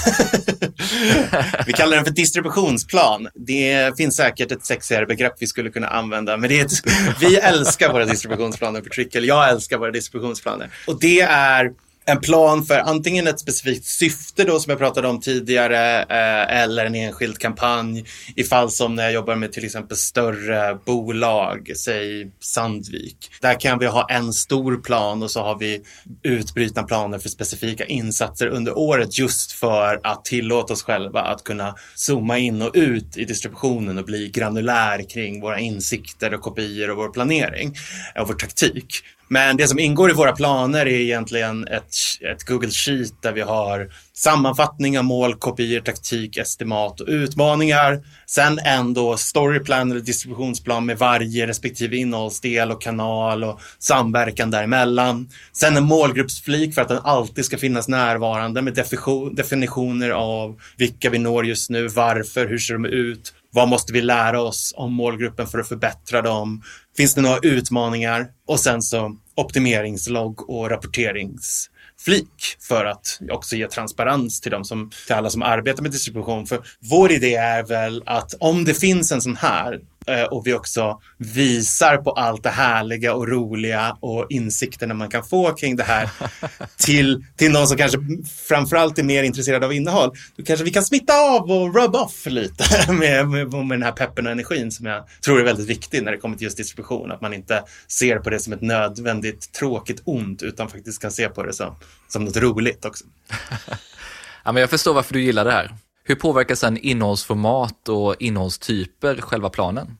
Vi kallar den för distributionsplan. Det finns säkert ett sexigare begrepp vi skulle kunna använda. Men det är ett, vi älskar våra distributionsplaner på Tryck. Eller jag älskar våra distributionsplaner. Och det är en plan för antingen ett specifikt syfte då som jag pratade om tidigare eh, eller en enskild kampanj ifall som när jag jobbar med till exempel större bolag, säg Sandvik. Där kan vi ha en stor plan och så har vi utbrytna planer för specifika insatser under året just för att tillåta oss själva att kunna zooma in och ut i distributionen och bli granulär kring våra insikter och kopior och vår planering och vår taktik. Men det som ingår i våra planer är egentligen ett, ett Google Sheet där vi har sammanfattning av mål, kopior, taktik, estimat och utmaningar. Sen ändå storyplan eller distributionsplan med varje respektive innehållsdel och kanal och samverkan däremellan. Sen en målgruppsflik för att den alltid ska finnas närvarande med definitioner av vilka vi når just nu, varför, hur ser de ut. Vad måste vi lära oss om målgruppen för att förbättra dem? Finns det några utmaningar? Och sen så optimeringslogg och rapporteringsflik för att också ge transparens till, dem som, till alla som arbetar med distribution. För vår idé är väl att om det finns en sån här och vi också visar på allt det härliga och roliga och insikterna man kan få kring det här till, till någon som kanske framförallt är mer intresserad av innehåll, då kanske vi kan smitta av och rub off lite med, med, med den här peppen och energin som jag tror är väldigt viktig när det kommer till just distribution. Att man inte ser på det som ett nödvändigt tråkigt ont utan faktiskt kan se på det som, som något roligt också. Ja, men jag förstår varför du gillar det här. Hur påverkar sen innehållsformat och innehållstyper själva planen?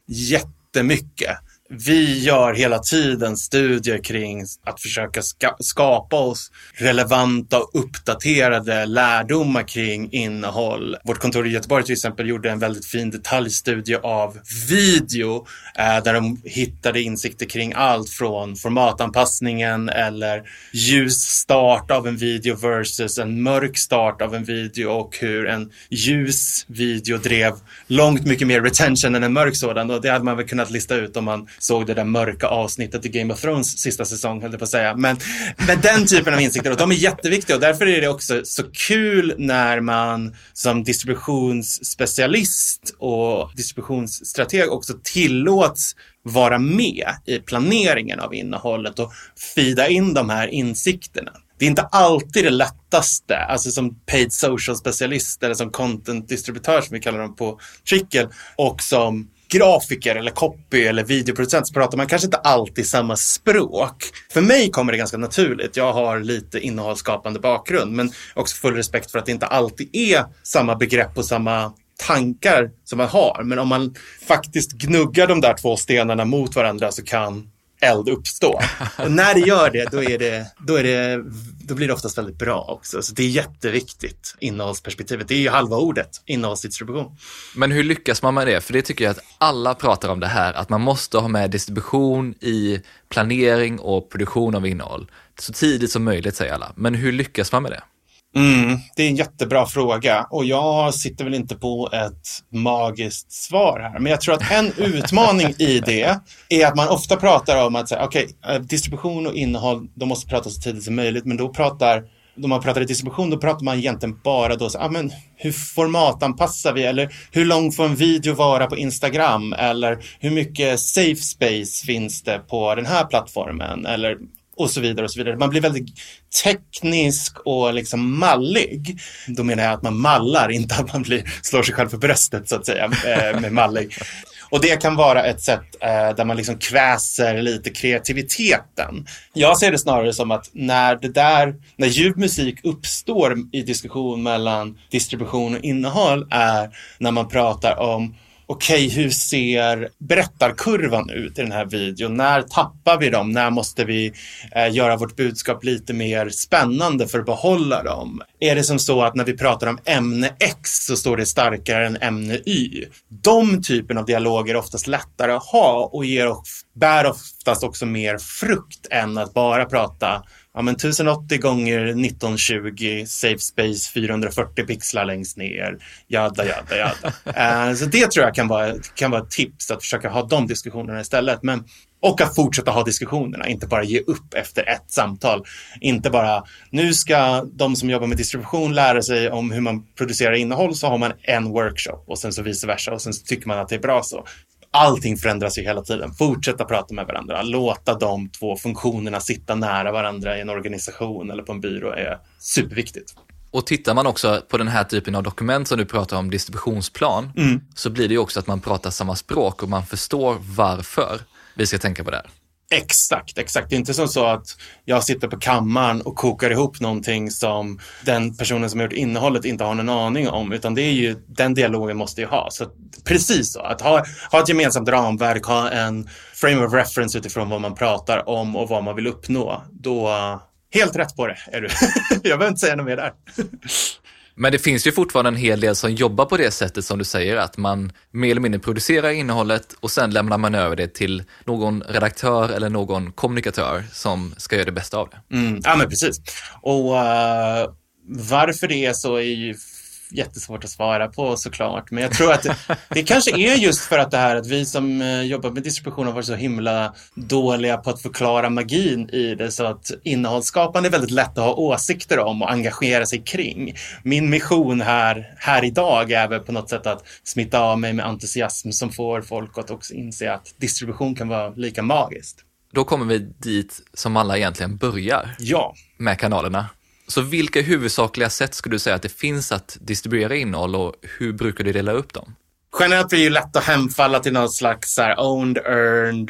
Jättemycket. Vi gör hela tiden studier kring att försöka ska- skapa oss relevanta och uppdaterade lärdomar kring innehåll. Vårt kontor i Göteborg till exempel gjorde en väldigt fin detaljstudie av video eh, där de hittade insikter kring allt från formatanpassningen eller ljus start av en video versus en mörk start av en video och hur en ljus video drev långt mycket mer retention än en mörk sådan, och det hade man väl kunnat lista ut om man såg det där mörka avsnittet i Game of Thrones sista säsong, höll jag på att säga. Men, men den typen av insikter, och de är jätteviktiga, och därför är det också så kul när man som distributionsspecialist och distributionsstrateg också tillåts vara med i planeringen av innehållet och fida in de här insikterna. Det är inte alltid det lättaste, alltså som paid social specialist eller som content distributör som vi kallar dem på Trickle, och som grafiker eller copy eller videoproducent så pratar man kanske inte alltid samma språk. För mig kommer det ganska naturligt. Jag har lite innehållsskapande bakgrund, men också full respekt för att det inte alltid är samma begrepp och samma tankar som man har. Men om man faktiskt gnuggar de där två stenarna mot varandra så kan eld uppstå. Och när det gör det, då, är det, då, är det, då blir det oftast väldigt bra också. Så det är jätteviktigt, innehållsperspektivet. Det är ju halva ordet, innehållsdistribution. Men hur lyckas man med det? För det tycker jag att alla pratar om det här, att man måste ha med distribution i planering och produktion av innehåll. Så tidigt som möjligt, säger alla. Men hur lyckas man med det? Mm, det är en jättebra fråga, och jag sitter väl inte på ett magiskt svar här, men jag tror att en utmaning i det är att man ofta pratar om att säga, okej, okay, distribution och innehåll, de måste prata så tidigt som möjligt, men då pratar Då man pratar i distribution, då pratar man egentligen bara då så, ah, men hur formatanpassar vi, eller hur lång får en video vara på Instagram, eller hur mycket safe space finns det på den här plattformen, eller och så vidare och så vidare. Man blir väldigt teknisk och liksom mallig. Då menar jag att man mallar, inte att man blir, slår sig själv för bröstet så att säga med mallig. Och det kan vara ett sätt eh, där man liksom kväser lite kreativiteten. Jag ser det snarare som att när det där, när djup musik uppstår i diskussion mellan distribution och innehåll är när man pratar om okej, hur ser berättarkurvan ut i den här videon? När tappar vi dem? När måste vi eh, göra vårt budskap lite mer spännande för att behålla dem? Är det som så att när vi pratar om ämne X så står det starkare än ämne Y? De typen av dialoger är oftast lättare att ha och ger och bär oftast också mer frukt än att bara prata ja, men tusen åttio gånger nitton tjugo, safe space fyrahundrafyrtio pixlar längst ner, jadda, jadda, jadda. uh, så det tror jag kan vara, kan vara ett tips, att försöka ha de diskussionerna istället. Men, och att fortsätta ha diskussionerna, inte bara ge upp efter ett samtal. Inte bara, nu ska de som jobbar med distribution lära sig om hur man producerar innehåll, så har man en workshop och sen så vice versa och sen så tycker man att det är bra så. allting förändras ju hela tiden. Fortsätta prata med varandra. Låta de två funktionerna sitta nära varandra i en organisation eller på en byrå är superviktigt. Och tittar man också på den här typen av dokument som du pratar om, distributionsplan, mm. så blir det ju också att man pratar samma språk och man förstår varför vi ska tänka på det här. Exakt, exakt. Det är inte som så att jag sitter på kammaren och kokar ihop någonting som den personen som har gjort innehållet inte har någon aning om, utan det är ju, den dialogen måste ju ha. Så precis så, att ha, ha ett gemensamt ramverk, ha en frame of reference utifrån vad man pratar om och vad man vill uppnå. Då, helt rätt på det är du. Jag behöver inte säga något mer där. Men det finns ju fortfarande en hel del som jobbar på det sättet som du säger, att man mer eller mindre producerar innehållet och sen lämnar man över det till någon redaktör eller någon kommunikatör som ska göra det bästa av det. Mm, ja, men precis. Och uh, varför det är så är ju jättesvårt att svara på såklart. Men jag tror att det, det kanske är just för att det här att vi som uh, jobbar med distribution har varit så himla dåliga på att förklara magin i det, så att innehållsskapande är väldigt lätt att ha åsikter om och engagera sig kring. Min mission här, här idag är väl på något sätt att smitta av mig med entusiasm som får folk att också inse att distribution kan vara lika magiskt. Då kommer vi dit som alla egentligen börjar. Ja. Med kanalerna. Så vilka huvudsakliga sätt skulle du säga att det finns att distribuera innehåll och hur brukar du dela upp dem? Generellt är det ju lätt att hemfalla till någon slags så här owned, earned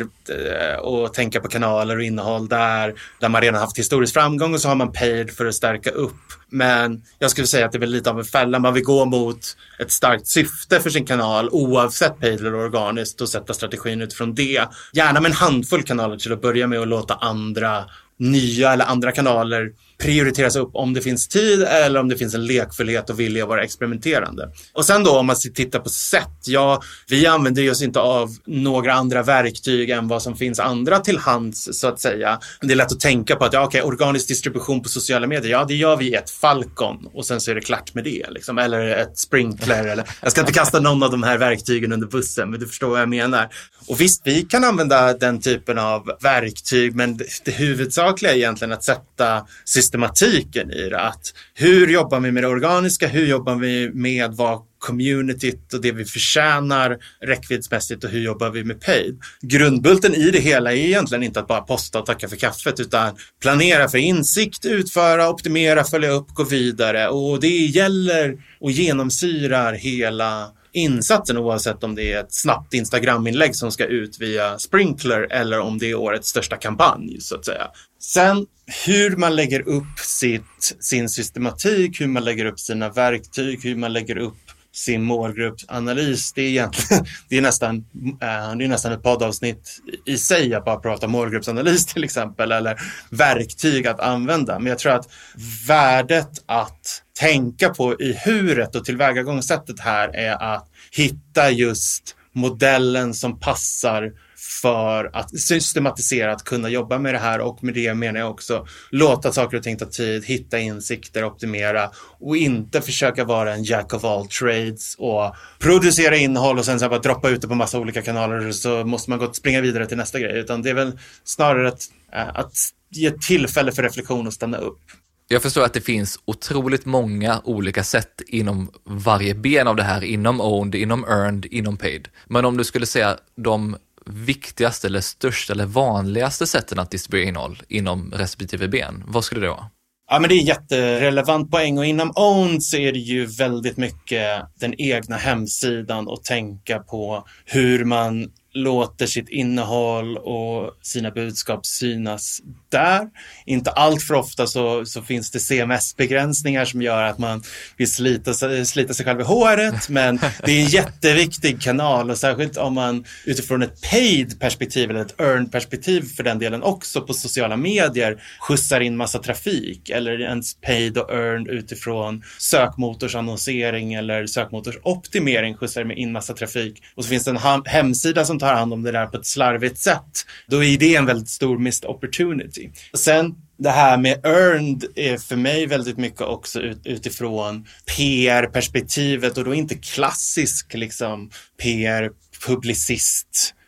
och tänka på kanaler och innehåll där, där man redan haft historisk framgång och så har man paid för att stärka upp. Men jag skulle säga att det är väl lite av en fälla. Man vill gå mot ett starkt syfte för sin kanal oavsett paid eller organiskt och sätta strategin utifrån det. Gärna med en handfull kanaler till att börja med och låta andra nya eller andra kanaler prioriteras upp om det finns tid eller om det finns en lekfullhet och vilja att vara experimenterande. Och sen då om man tittar på sätt, ja, vi använder oss inte av några andra verktyg än vad som finns andra till hands så att säga. Det är lätt att tänka på att ja, okej, organisk distribution på sociala medier, ja det gör vi i ett Falcon och sen så är det klart med det liksom. Eller ett Sprinkler eller, jag ska inte kasta någon av de här verktygen under bussen, men du förstår vad jag menar. Och visst, vi kan använda den typen av verktyg, men det, det huvudsakliga är egentligen att sätta systematiken i det. Att hur jobbar vi med det organiska? Hur jobbar vi med vad communityt och det vi förtjänar räckviddsmässigt och hur jobbar vi med paid? Grundbulten i det hela är egentligen inte att bara posta och tacka för kaffet, utan planera för insikt, utföra, optimera, följa upp, gå vidare. Och det gäller och genomsyrar hela insatsen oavsett om det är ett snabbt Instagram-inlägg som ska ut via Sprinkler eller om det är årets största kampanj så att säga. Sen hur man lägger upp sitt, sin systematik, hur man lägger upp sina verktyg, hur man lägger upp sin målgruppsanalys, det är egentligen det är nästan, äh, det är nästan ett poddavsnitt i sig att bara prata målgruppsanalys till exempel, eller verktyg att använda. Men jag tror att värdet att tänka på i huret och tillvägagångssättet här är att hitta just modellen som passar för att systematisera att kunna jobba med det här, och med det menar jag också låta saker och ting ta tid, hitta insikter, optimera och inte försöka vara en jack of all trades och producera innehåll och sen så bara droppa ut det på massa olika kanaler och så måste man gå och springa vidare till nästa grej, utan det är väl snarare att, att ge tillfälle för reflektion och stanna upp. Jag förstår att det finns otroligt många olika sätt inom varje ben av det här, inom owned, inom earned, inom paid. Men om du skulle säga de viktigaste eller största eller vanligaste sätten att distribuera innehåll inom respektive ben, vad skulle det vara? Ja, men det är en jätterelevant poäng, och inom owned så är det ju väldigt mycket den egna hemsidan och tänka på hur man låter sitt innehåll och sina budskap synas där. Inte allt för ofta så, så finns det C M S-begränsningar som gör att man vill slita, slita sig själv i håret, men det är en jätteviktig kanal, och särskilt om man utifrån ett paid-perspektiv eller ett earned-perspektiv för den delen också på sociala medier skjutsar in massa trafik, eller ens paid och earned utifrån sökmotorsannonsering eller sökmotorsoptimering skjutsar in massa trafik, och så finns det en ham- hemsida som tar hand om det där på ett slarvigt sätt. Då är det en väldigt stor missed opportunity. Och sen det här med earned är för mig väldigt mycket också ut, utifrån P R-perspektivet, och då inte klassisk liksom P R-publicist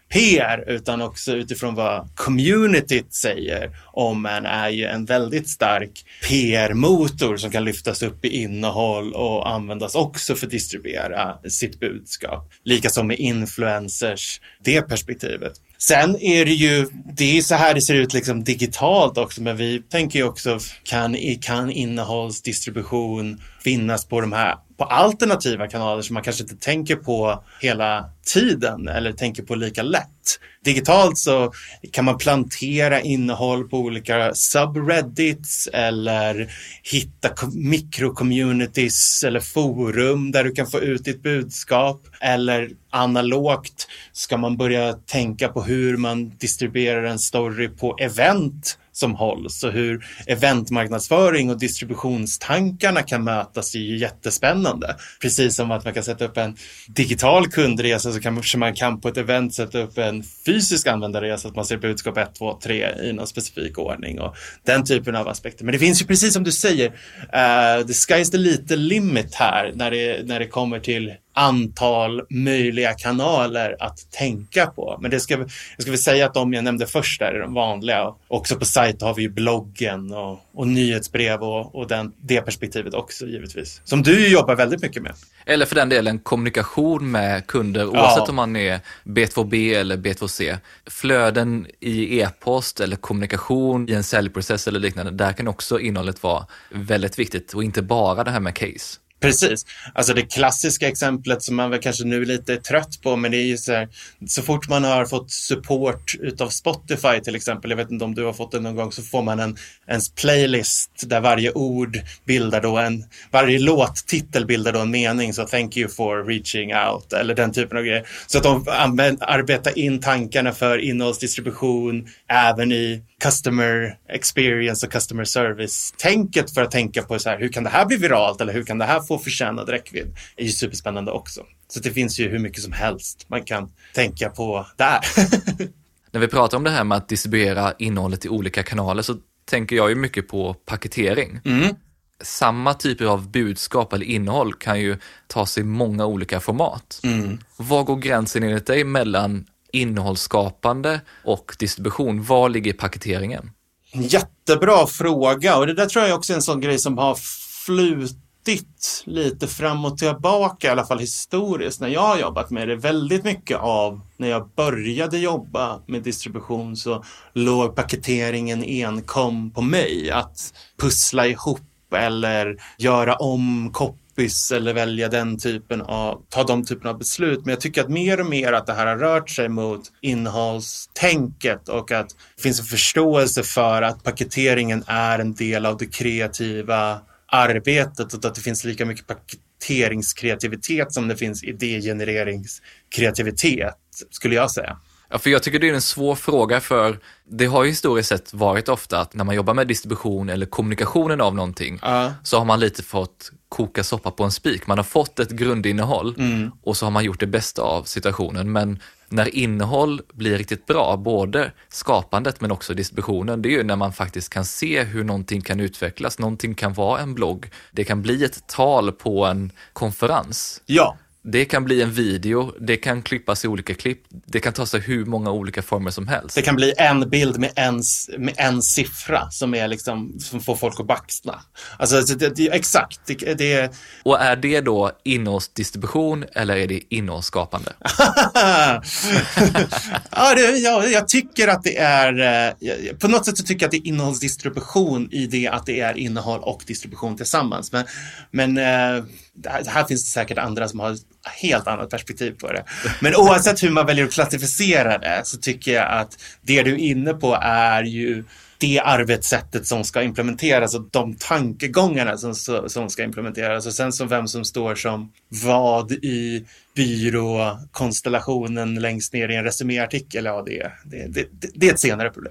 P R utan också utifrån vad communityt säger om en, är ju en väldigt stark P R-motor som kan lyftas upp i innehåll och användas också för att distribuera sitt budskap. Likaså med influencers, det perspektivet. Sen är det ju, det är så här det ser ut liksom digitalt också, men vi tänker ju också, kan, kan innehållsdistribution finnas på de här, på alternativa kanaler som man kanske inte tänker på hela tiden eller tänker på lika lätt. Digitalt så kan man plantera innehåll på olika subreddits eller hitta mikrocommunities eller forum där du kan få ut ditt budskap. Eller analogt ska man börja tänka på hur man distribuerar en story på event som hålls, och hur eventmarknadsföring och distributionstankarna kan mötas är ju jättespännande. Precis som att man kan sätta upp en digital kundresa, så kanske man kan på ett event sätta upp en fysisk användarresa, så att man ser budskap ett, två, tre i någon specifik ordning och den typen av aspekter. Men det finns ju, precis som du säger, uh, the sky's the lite limit här när det, när det kommer till antal möjliga kanaler att tänka på. Men det ska, jag ska väl säga att de jag nämnde först där är de vanliga. Också på sajt har vi ju bloggen och, och nyhetsbrev och, och den, det perspektivet också givetvis. Som du jobbar väldigt mycket med. Eller för den delen kommunikation med kunder, oavsett ja. om man är B två B eller B två C. Flöden i e-post eller kommunikation i en säljprocess eller liknande, där kan också innehållet vara väldigt viktigt, och inte bara det här med case. Precis. Alltså det klassiska exemplet som man väl kanske nu lite är trött på, men det är ju så här, så fort man har fått support utav Spotify till exempel, jag vet inte om du har fått det någon gång, så får man en ens playlist där varje ord bildar då en, varje låttitel bildar då en mening, så thank you for reaching out eller den typen av grejer. Så att de använder, arbetar in tankarna för innehållsdistribution även i customer experience och customer service-tänket, för att tänka på så här, hur kan det här bli viralt eller hur kan det här få förtjänad räckvidd, är ju superspännande också. Så det finns ju hur mycket som helst man kan tänka på där. När vi pratar om det här med att distribuera innehållet i olika kanaler, så tänker jag ju mycket på paketering. Mm. Samma typer av budskap eller innehåll kan ju ta sig många olika format. Mm. Var går gränsen enligt dig mellan innehållsskapande och distribution? Var ligger paketeringen? Jättebra fråga, och det där tror jag också är en sån grej som har flutit lite fram och tillbaka, i alla fall historiskt när jag har jobbat med det. Väldigt mycket av när jag började jobba med distribution så låg paketeringen enkom på mig, att pussla ihop eller göra om copies eller välja den typen av, ta de typen av beslut. Men jag tycker att mer och mer att det här har rört sig mot innehållstänket, och att det finns en förståelse för att paketeringen är en del av det kreativa arbetet, och att det finns lika mycket paketeringskreativitet som det finns idégenereringskreativitet, skulle jag säga. Ja, för jag tycker det är en svår fråga, för det har ju historiskt sett varit ofta att när man jobbar med distribution eller kommunikationen av någonting, uh. så har man lite fått koka soppa på en spik. Man har fått ett grundinnehåll mm. och så har man gjort det bästa av situationen. Men när innehåll blir riktigt bra, både skapandet men också distributionen, det är ju när man faktiskt kan se hur någonting kan utvecklas. Någonting kan vara en blogg, det kan bli ett tal på en konferens. Ja. Det kan bli en video, det kan klippas i olika klipp, det kan ta sig hur många olika former som helst. Det kan bli en bild med en, med en siffra som är liksom, som får folk att baxna. Alltså det, det, exakt. Det, det... Och är det då innehållsdistribution eller är det innehållsskapande? ja, det, ja, jag tycker att det är, på något sätt så tycker jag att det är innehållsdistribution i det att det är innehåll och distribution tillsammans. Men, men här finns det säkert andra som har helt annat perspektiv på det. Men oavsett hur man väljer att klassificera det, så tycker jag att det du är inne på är ju det arbetssättet som ska implementeras och de tankegångarna som, som ska implementeras. Och sen så vem som står som vad i byråkonstellationen längst ner i en resuméartikel, ja, det, det, det, det är ett senare problem.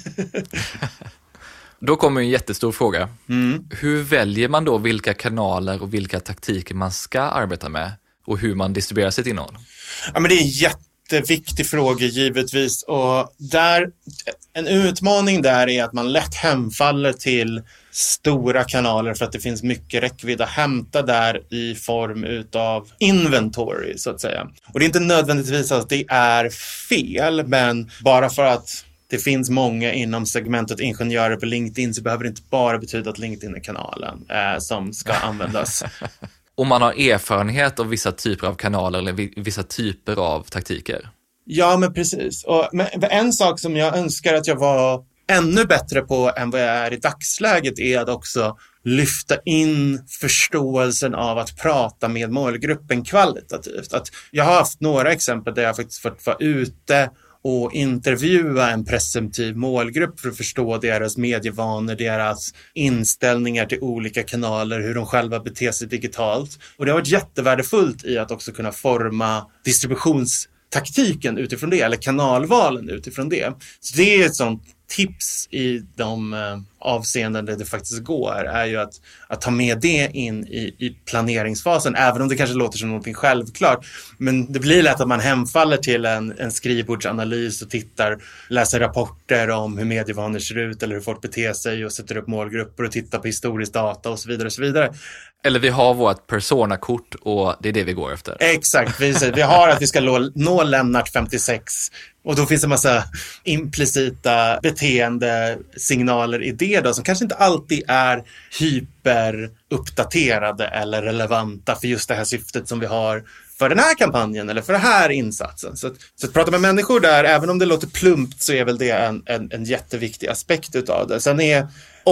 Då kommer en jättestor fråga. Mm. Hur väljer man då vilka kanaler och vilka taktiker man ska arbeta med och hur man distribuerar sitt innehåll? Ja, men det är en jätteviktig fråga givetvis, och där, en utmaning där är att man lätt hemfaller till stora kanaler för att det finns mycket räckvidd att hämta där i form utav inventory så att säga. Och det är inte nödvändigtvis att det är fel, men bara för att det finns många inom segmentet ingenjörer på LinkedIn så behöver det inte bara betyda att LinkedIn är kanalen eh, som ska användas. Om man har erfarenhet av vissa typer av kanaler eller vissa typer av taktiker. Ja, men precis. Och, men en sak som jag önskar att jag var ännu bättre på än vad jag är i dagsläget är att också lyfta in förståelsen av att prata med målgruppen kvalitativt. Att jag har haft några exempel där jag faktiskt fått vara ute och intervjua en presumtiv målgrupp för att förstå deras medievanor, deras inställningar till olika kanaler, hur de själva beter sig digitalt. Och det har varit jättevärdefullt i att också kunna forma distributionstaktiken utifrån det, eller kanalvalen utifrån det. Så det är ett sånt tips i de eh, avseenden där det faktiskt går, är ju att, att ta med det in i, i planeringsfasen, även om det kanske låter som någonting självklart. Men det blir lätt att man hemfaller till en, en skrivbordsanalys och tittar, läser rapporter om hur medievanor ser ut eller hur folk beter sig och sätter upp målgrupper och tittar på historisk data och så vidare och så vidare. Eller vi har vårt personakort och det är det vi går efter. Exakt, vi, vi har att vi ska nå, nå Lennart femtiosex och då finns det en massa implicita beteendesignaler i det då, som kanske inte alltid är hyperuppdaterade eller relevanta för just det här syftet som vi har för den här kampanjen eller för den här insatsen. Så att, så att prata med människor där, även om det låter plumpt, så är väl det en, en, en jätteviktig aspekt utav det. Sen är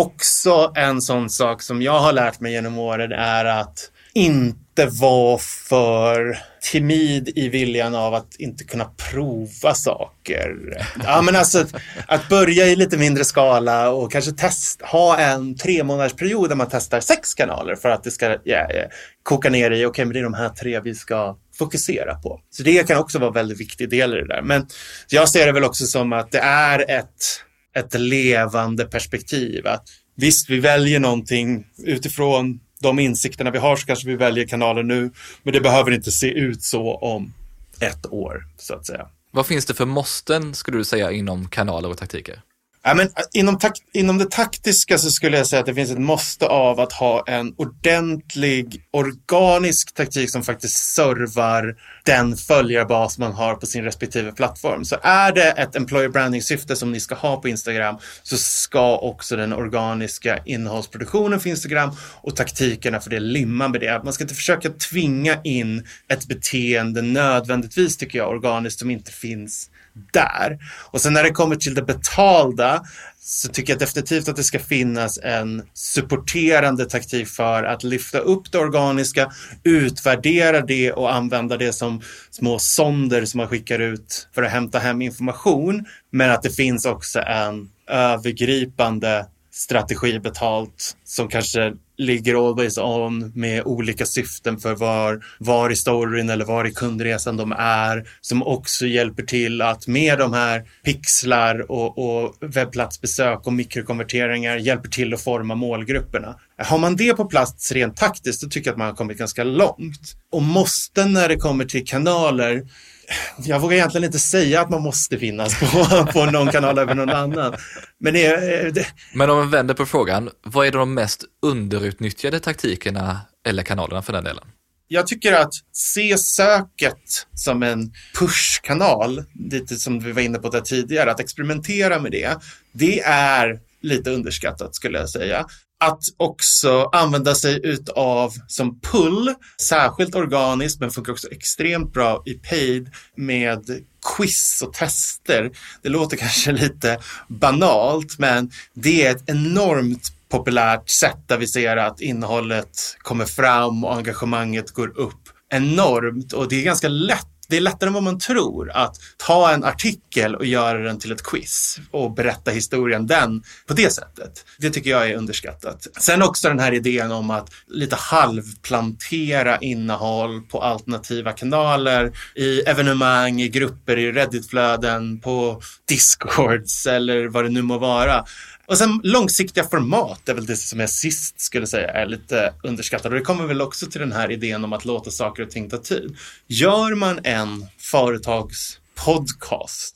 också en sån sak som jag har lärt mig genom åren är att inte vara för timid i viljan av att inte kunna prova saker. Ja, men alltså att, att börja i lite mindre skala och kanske test, ha en tre månaders period där man testar sex kanaler för att det ska yeah, yeah, koka ner i, okej, okay, men det är de här tre vi ska fokusera på. Så det kan också vara en väldigt viktig del i det där. Men jag ser det väl också som att det är ett, ett levande perspektiv. Att visst, vi väljer någonting utifrån de insikterna vi har, så kanske vi väljer kanaler nu, men det behöver inte se ut så om ett år, så att säga. Vad finns det för måsten, skulle du säga, inom kanaler och taktiker? Ja, men inom, tak- inom det taktiska så skulle jag säga att det finns ett måste av att ha en ordentlig organisk taktik som faktiskt servar den följarbas man har på sin respektive plattform. Så är det ett employer branding-syfte som ni ska ha på Instagram, så ska också den organiska innehållsproduktionen för Instagram och taktikerna för det limma med det. Man ska inte försöka tvinga in ett beteende nödvändigtvis, tycker jag, organiskt som inte finns där. Och sen när det kommer till det betalda så tycker jag definitivt att det ska finnas en supporterande taktik för att lyfta upp det organiska, utvärdera det och använda det som små sonder som man skickar ut för att hämta hem information, men att det finns också en övergripande strategi betalt som kanske ligger always on med olika syften för var, var i storyn eller var i kundresan de är, som också hjälper till att med de här pixlar och, och webbplatsbesök och mikrokonverteringar hjälper till att forma målgrupperna. Har man det på plats rent taktiskt, då tycker jag att man har kommit ganska långt. Och måste, när det kommer till kanaler, jag vågar egentligen inte säga att man måste finnas på, på någon kanal över någon annan. Men, det, det... Men om man vänder på frågan, vad är de mest underutnyttjade taktikerna eller kanalerna för den delen? Jag tycker att se söket som en pushkanal, lite som vi var inne på det tidigare, att experimentera med det, det är lite underskattat skulle jag säga. Att också använda sig utav som pull, särskilt organiskt, men funkar också extremt bra i paid med quiz och tester. Det låter kanske lite banalt, men det är ett enormt populärt sätt där vi ser att innehållet kommer fram och engagemanget går upp enormt. Och det är ganska lätt. Det är lättare än vad man tror att ta en artikel och göra den till ett quiz och berätta historien den på det sättet. Det tycker jag är underskattat. Sen också den här idén om att lite halvplantera innehåll på alternativa kanaler, i evenemang, i grupper, i Reddit-flöden, på Discords eller vad det nu må vara. Och sen långsiktiga format är väl det som jag sist skulle säga är lite underskattat. Och det kommer väl också till den här idén om att låta saker och ting ta tid. Gör man en företagspodcast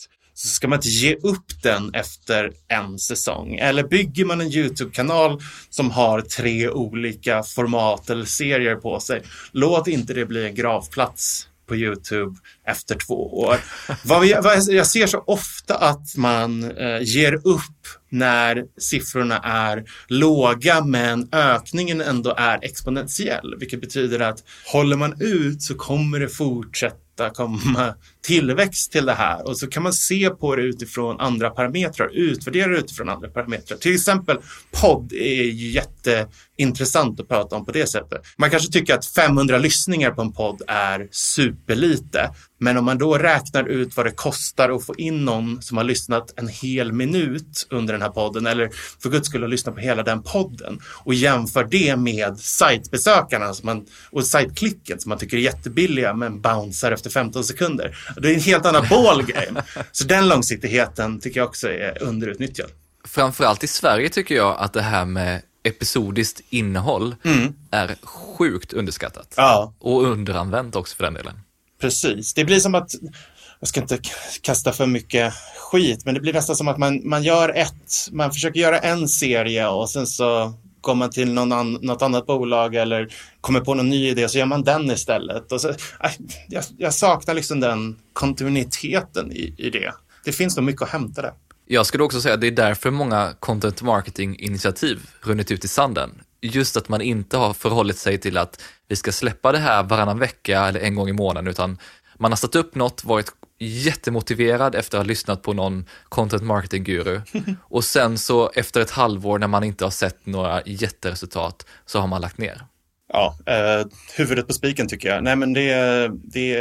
så ska man inte ge upp den efter en säsong. Eller bygger man en YouTube-kanal som har tre olika format eller serier på sig, låt inte det bli en gravplats på YouTube efter två år. Vad jag, vad jag ser så ofta att man eh, ger upp när siffrorna är låga men ökningen ändå är exponentiell. Vilket betyder att håller man ut så kommer det fortsätta komma tillväxt till det här. Och så kan man se på det utifrån andra parametrar, utvärdera det utifrån andra parametrar. Till exempel podd är ju jätteintressant att prata om på det sättet. Man kanske tycker att femhundra lyssningar på en podd är superlite. Men om man då räknar ut vad det kostar att få in någon som har lyssnat en hel minut under den här podden, eller för guds skull att lyssna på hela den podden, och jämför det med sajtbesökarna som man, och sajtklicken som man tycker är jättebilliga men bouncear efter femton sekunder. Det är en helt annan ballgame. Så den långsiktigheten tycker jag också är underutnyttjad. Framförallt i Sverige tycker jag att det här med episodiskt innehåll mm. är sjukt underskattat. Ja. Och underanvänt också för den delen. Precis. Det blir som att, jag ska inte kasta för mycket skit, men det blir nästan som att man, man gör ett, man försöker göra en serie och sen så går man till någon an, något annat bolag eller kommer på någon ny idé så gör man den istället. Och så, äh, jag, jag saknar liksom den kontinuiteten i, i det. Det finns nog mycket att hämta där. Jag skulle också säga att det är därför många content marketing-initiativ runnit ut i sanden. Just att man inte har förhållit sig till att vi ska släppa det här varannan vecka eller en gång i månaden, utan man har satt upp något, varit jättemotiverad efter att ha lyssnat på någon content marketing-guru och sen så efter ett halvår när man inte har sett några jätteresultat så har man lagt ner. Ja, eh, huvudet på spiken tycker jag. Nej men det, det,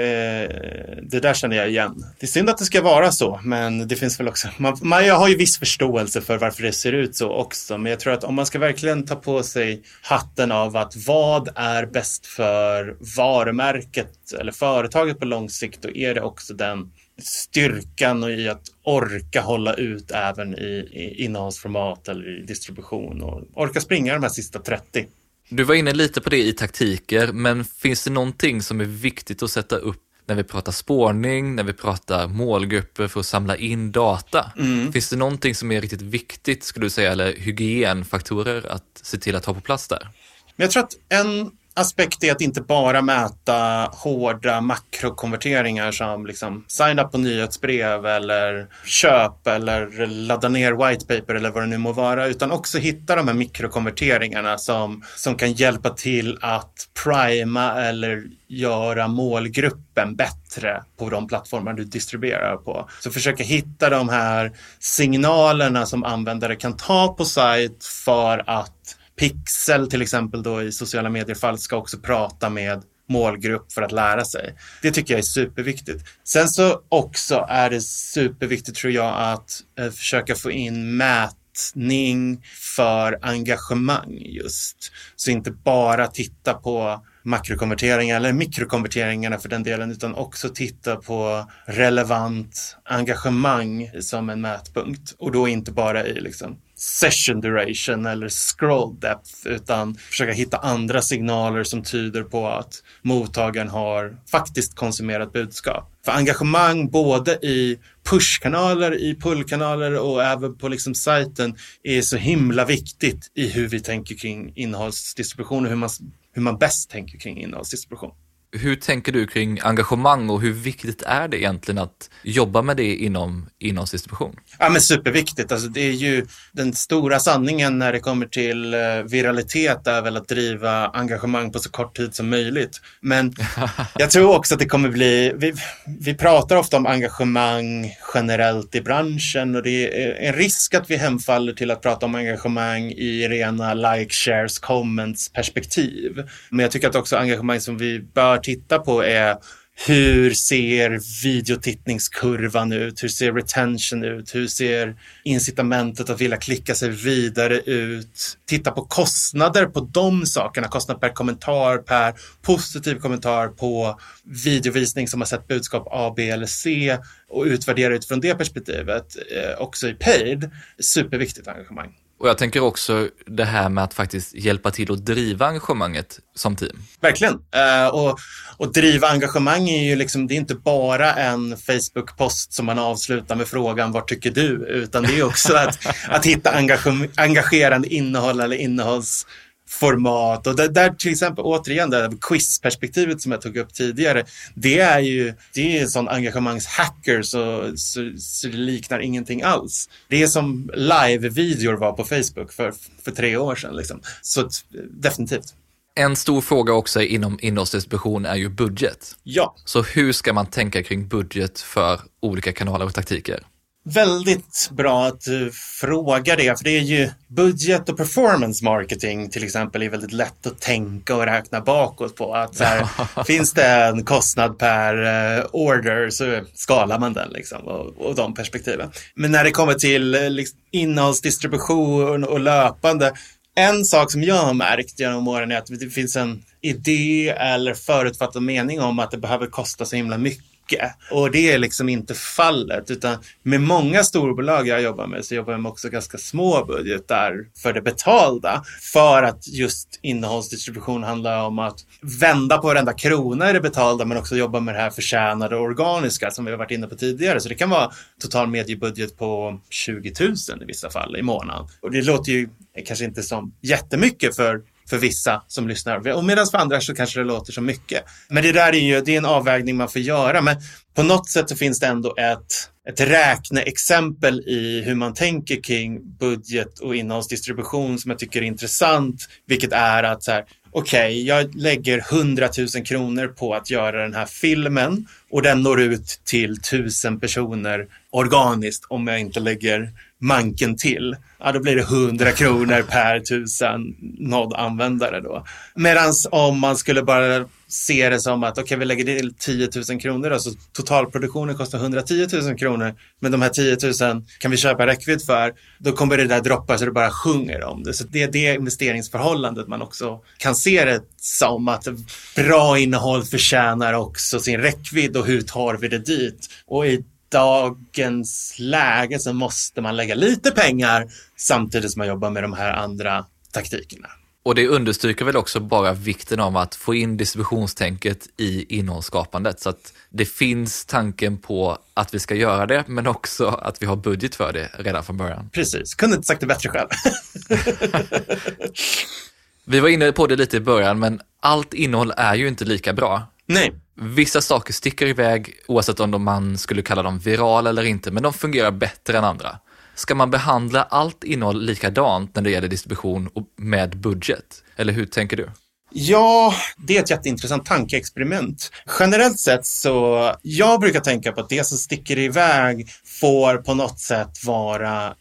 det där känner jag igen. Det är synd att det ska vara så, men det finns väl också, man, man, jag har ju viss förståelse för varför det ser ut så också, men jag tror att om man ska verkligen ta på sig hatten av att vad är bäst för varumärket eller företaget på lång sikt, då är det också den styrkan och i att orka hålla ut även i, i innehållsformat eller i distribution och orka springa de här sista trettio. Du var inne lite på det i taktiker, men finns det någonting som är viktigt att sätta upp när vi pratar spårning, när vi pratar målgrupper för att samla in data? Mm. Finns det någonting som är riktigt viktigt, skulle du säga, eller hygienfaktorer att se till att ha på plats där? Men jag tror att en aspekt är att inte bara mäta hårda makrokonverteringar som liksom sign up på nyhetsbrev eller köp eller ladda ner white paper eller vad det nu må vara, utan också hitta de här mikrokonverteringarna som, som kan hjälpa till att prima eller göra målgruppen bättre på de plattformar du distribuerar på. Så försöka hitta de här signalerna som användare kan ta på sajt för att Pixel till exempel då i sociala medier-fall ska också prata med målgrupp för att lära sig. Det tycker jag är superviktigt. Sen så också är det superviktigt tror jag att eh, försöka få in mätning för engagemang just. Så inte bara titta på makrokonverteringar eller mikrokonverteringarna för den delen, utan också titta på relevant engagemang som en mätpunkt. Och då inte bara i liksom session duration eller scroll depth, utan försöka hitta andra signaler som tyder på att mottagaren har faktiskt konsumerat budskap. För engagemang både i pushkanaler, i pullkanaler och även på liksom sajten är så himla viktigt i hur vi tänker kring innehållsdistribution och hur man, hur man bäst tänker kring innehållsdistribution. Hur tänker du kring engagemang och hur viktigt är det egentligen att jobba med det inom innehållsdistribution? Ja, men superviktigt. Alltså, det är ju den stora sanningen när det kommer till viralitet är väl att driva engagemang på så kort tid som möjligt. Men jag tror också att det kommer bli, vi, vi pratar ofta om engagemang generellt i branschen och det är en risk att vi hemfaller till att prata om engagemang i rena like, shares, comments perspektiv. Men jag tycker att också engagemang som vi bör titta på är hur ser videotittningskurvan ut? Hur ser retention ut? Hur ser incitamentet att vilja klicka sig vidare ut? Titta på kostnader på de sakerna. Kostnad per kommentar, per positiv kommentar på videovisning som har sett budskap A, B eller C och utvärdera utifrån det perspektivet. Eh, också i paid. Superviktigt engagemang. Och jag tänker också det här med att faktiskt hjälpa till att driva engagemanget som team. Verkligen. Uh, och, och driva engagemang är ju liksom, det är inte bara en Facebook-post som man avslutar med frågan vad tycker du? Utan det är också att, att hitta engage- engagerande innehåll eller innehållsformat. Och där, där till exempel återigen det här quizperspektivet som jag tog upp tidigare, det är ju det är en sån engagemangshacker så, så, så det liknar ingenting alls. Det är som live-videor var på Facebook för, för tre år sedan. Liksom. Så definitivt. En stor fråga också inom innehållsdistribution är ju budget. Ja. Så hur ska man tänka kring budget för olika kanaler och taktiker? Väldigt bra att du frågar det, för det är ju budget och performance marketing till exempel är väldigt lätt att tänka och räkna bakåt på. Att så här, finns det en kostnad per uh, order så skalar man den liksom, och, och de perspektiven. Men när det kommer till uh, liksom, innehållsdistribution och löpande, en sak som jag har märkt genom åren är att det finns en idé eller förutfattad mening om att det behöver kosta så himla mycket. Och det är liksom inte fallet, utan med många storbolag jag jobbar med så jobbar jag med också ganska små budgetar för det betalda, för att just innehållsdistribution handlar om att vända på varenda krona i det betalda men också jobba med det här förtjänade och organiska som vi har varit inne på tidigare. Så det kan vara total mediebudget på tjugo tusen i vissa fall i månaden. Och det låter ju kanske inte som jättemycket för för vissa som lyssnar. Och medan för andra så kanske det låter så mycket. Men det där är ju det är en avvägning man får göra. Men på något sätt så finns det ändå ett, ett räkneexempel i hur man tänker kring budget och innehållsdistribution som jag tycker är intressant. Vilket är att så här, okej, okay, jag lägger hundratusen kronor på att göra den här filmen och den når ut till tusen personer organiskt om jag inte lägger manken till. Ja, då blir det hundra kronor per tusen nådd användare då. Medan om man skulle bara se det som att okej, okay, vi lägger till tio tusen kronor då, så totalproduktionen kostar hundratio tusen kronor, men de här tio tusen kan vi köpa räckvidd för, då kommer det där droppa så det bara sjunger om det. Så det är det investeringsförhållandet man också kan se det som, att bra innehåll förtjänar också sin räckvidd och hur tar vi det dit? Och i dagens läge så måste man lägga lite pengar samtidigt som man jobbar med de här andra taktikerna. Och det understryker väl också bara vikten av att få in distributionstänket i innehållsskapandet, så att det finns tanken på att vi ska göra det, men också att vi har budget för det redan från början. Precis, kunde inte sagt det bättre själv. Vi var inne på det lite i början, men allt innehåll är ju inte lika bra. Nej. Vissa saker sticker iväg oavsett om man skulle kalla dem viral eller inte, men de fungerar bättre än andra. Ska man behandla allt innehåll likadant när det gäller distribution och med budget? Eller hur tänker du? Ja, det är ett jätteintressant tankeexperiment. Generellt sett så, jag brukar tänka på att det som sticker iväg får på något sätt vara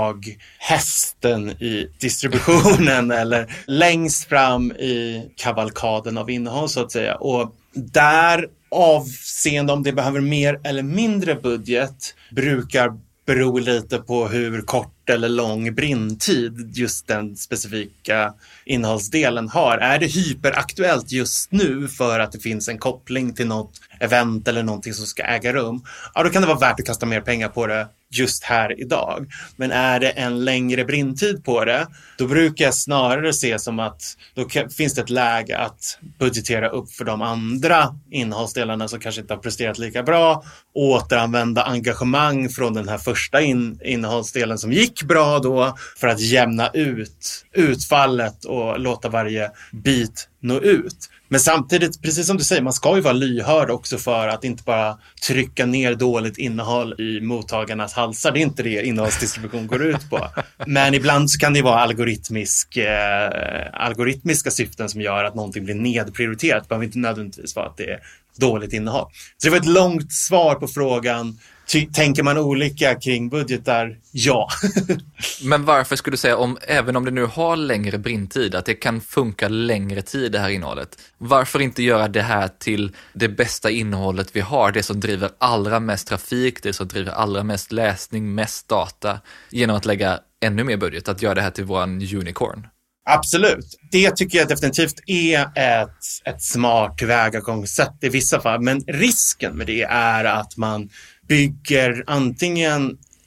draghästen i distributionen eller längst fram i kavalkaden av innehåll så att säga. Och där avseende om det behöver mer eller mindre budget brukar bero lite på hur kort eller lång brintid just den specifika innehållsdelen har. Är det hyperaktuellt just nu för att det finns en koppling till något event eller någonting som ska äga rum, ja, då kan det vara värt att kasta mer pengar på det just här idag. Men är det en längre brintid på det, då brukar jag snarare se som att då finns det ett läge att budgetera upp för de andra innehållsdelarna som kanske inte har presterat lika bra, återanvända engagemang från den här första in- innehållsdelen som gick bra då för att jämna ut utfallet och låta varje bit nå ut. Men samtidigt, precis som du säger, man ska ju vara lyhörd också för att inte bara trycka ner dåligt innehåll i mottagarnas halsar. Det är inte det innehållsdistribution går ut på. Men ibland så kan det vara algoritmisk, eh, algoritmiska syften som gör att någonting blir nedprioriterat. Det behöver inte nödvändigtvis vara att det är dåligt innehåll. Så det var ett långt svar på frågan. Ty- tänker man olika kring budgetar? Ja. Men varför skulle du säga, om, även om det nu har längre brintid, att det kan funka längre tid det här innehållet? Varför inte göra det här till det bästa innehållet vi har, det som driver allra mest trafik, det som driver allra mest läsning, mest data, genom att lägga ännu mer budget, att göra det här till våran unicorn? Absolut. Det tycker jag definitivt är ett, ett smart tillvägagångssätt i vissa fall. Men risken med det är att man bygger antingen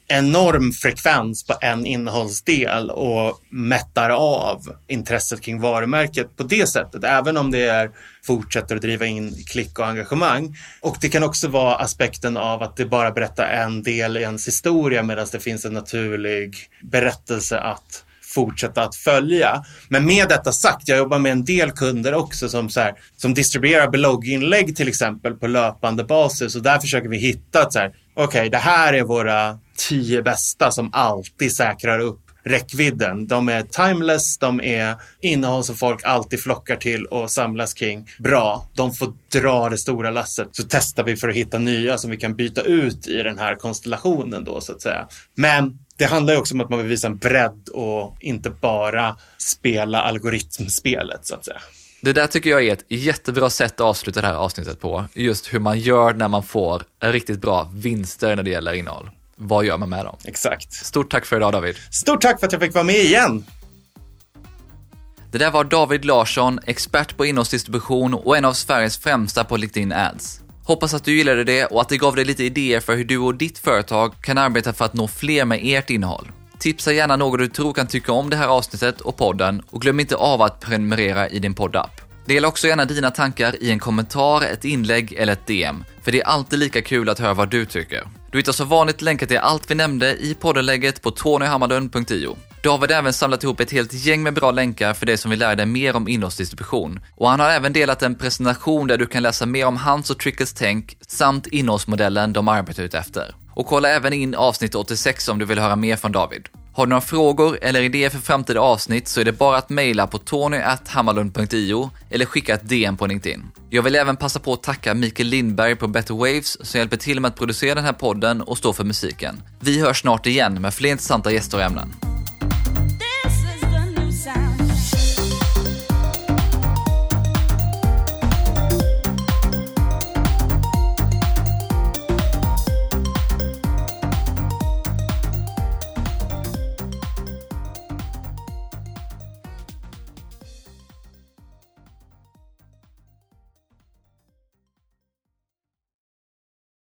enorm frekvens på en innehållsdel och mättar av intresset kring varumärket på det sättet, även om det är fortsätter att driva in klick och engagemang. Och det kan också vara aspekten av att det bara berättar en del i ens historia medan det finns en naturlig berättelse att fortsätta att följa. Men med detta sagt, jag jobbar med en del kunder också som, så här, som distribuerar blogginlägg till exempel på löpande basis, och där försöker vi hitta att så här, okej, okay, det här är våra tio bästa som alltid säkrar upp räckvidden. De är timeless, de är innehåll som folk alltid flockar till och samlas kring. Bra, de får dra det stora lasset. Så testar vi för att hitta nya som vi kan byta ut i den här konstellationen då, så att säga. Men det handlar ju också om att man vill visa en bredd och inte bara spela algoritmspelet, så att säga. Det där tycker jag är ett jättebra sätt att avsluta det här avsnittet på. Just hur man gör när man får riktigt bra vinster när det gäller innehåll. Vad gör man med dem? Exakt. Stort tack för idag, David. Stort tack för att jag fick vara med igen. Det där var David Larsson, expert på innehållsdistribution och en av Sveriges främsta på LinkedIn Ads. Hoppas att du gillade det och att det gav dig lite idéer för hur du och ditt företag kan arbeta för att nå fler med ert innehåll. Tipsa gärna något du tror kan tycka om det här avsnittet och podden, och glöm inte av att prenumerera i din poddapp. Dela också gärna dina tankar i en kommentar, ett inlägg eller ett D M, för det är alltid lika kul att höra vad du tycker. Du hittar så vanligt länkar till allt vi nämnde i poddenlägget på tony hammarlund punkt i o. David har även samlat ihop ett helt gäng med bra länkar för dig som vill lära dig mer om innehållsdistribution. Och han har även delat en presentation där du kan läsa mer om hans och Trickles tänk samt innehållsmodellen de arbetar ut efter. Och kolla även in avsnitt åttiosex om du vill höra mer från David. Har du några frågor eller idéer för framtida avsnitt så är det bara att mejla på tony at hammarlund punkt i o eller skicka ett D M på LinkedIn. Jag vill även passa på att tacka Mikael Lindberg på Better Waves som hjälper till med att producera den här podden och stå för musiken. Vi hörs snart igen med fler intressanta gäster och ämnen.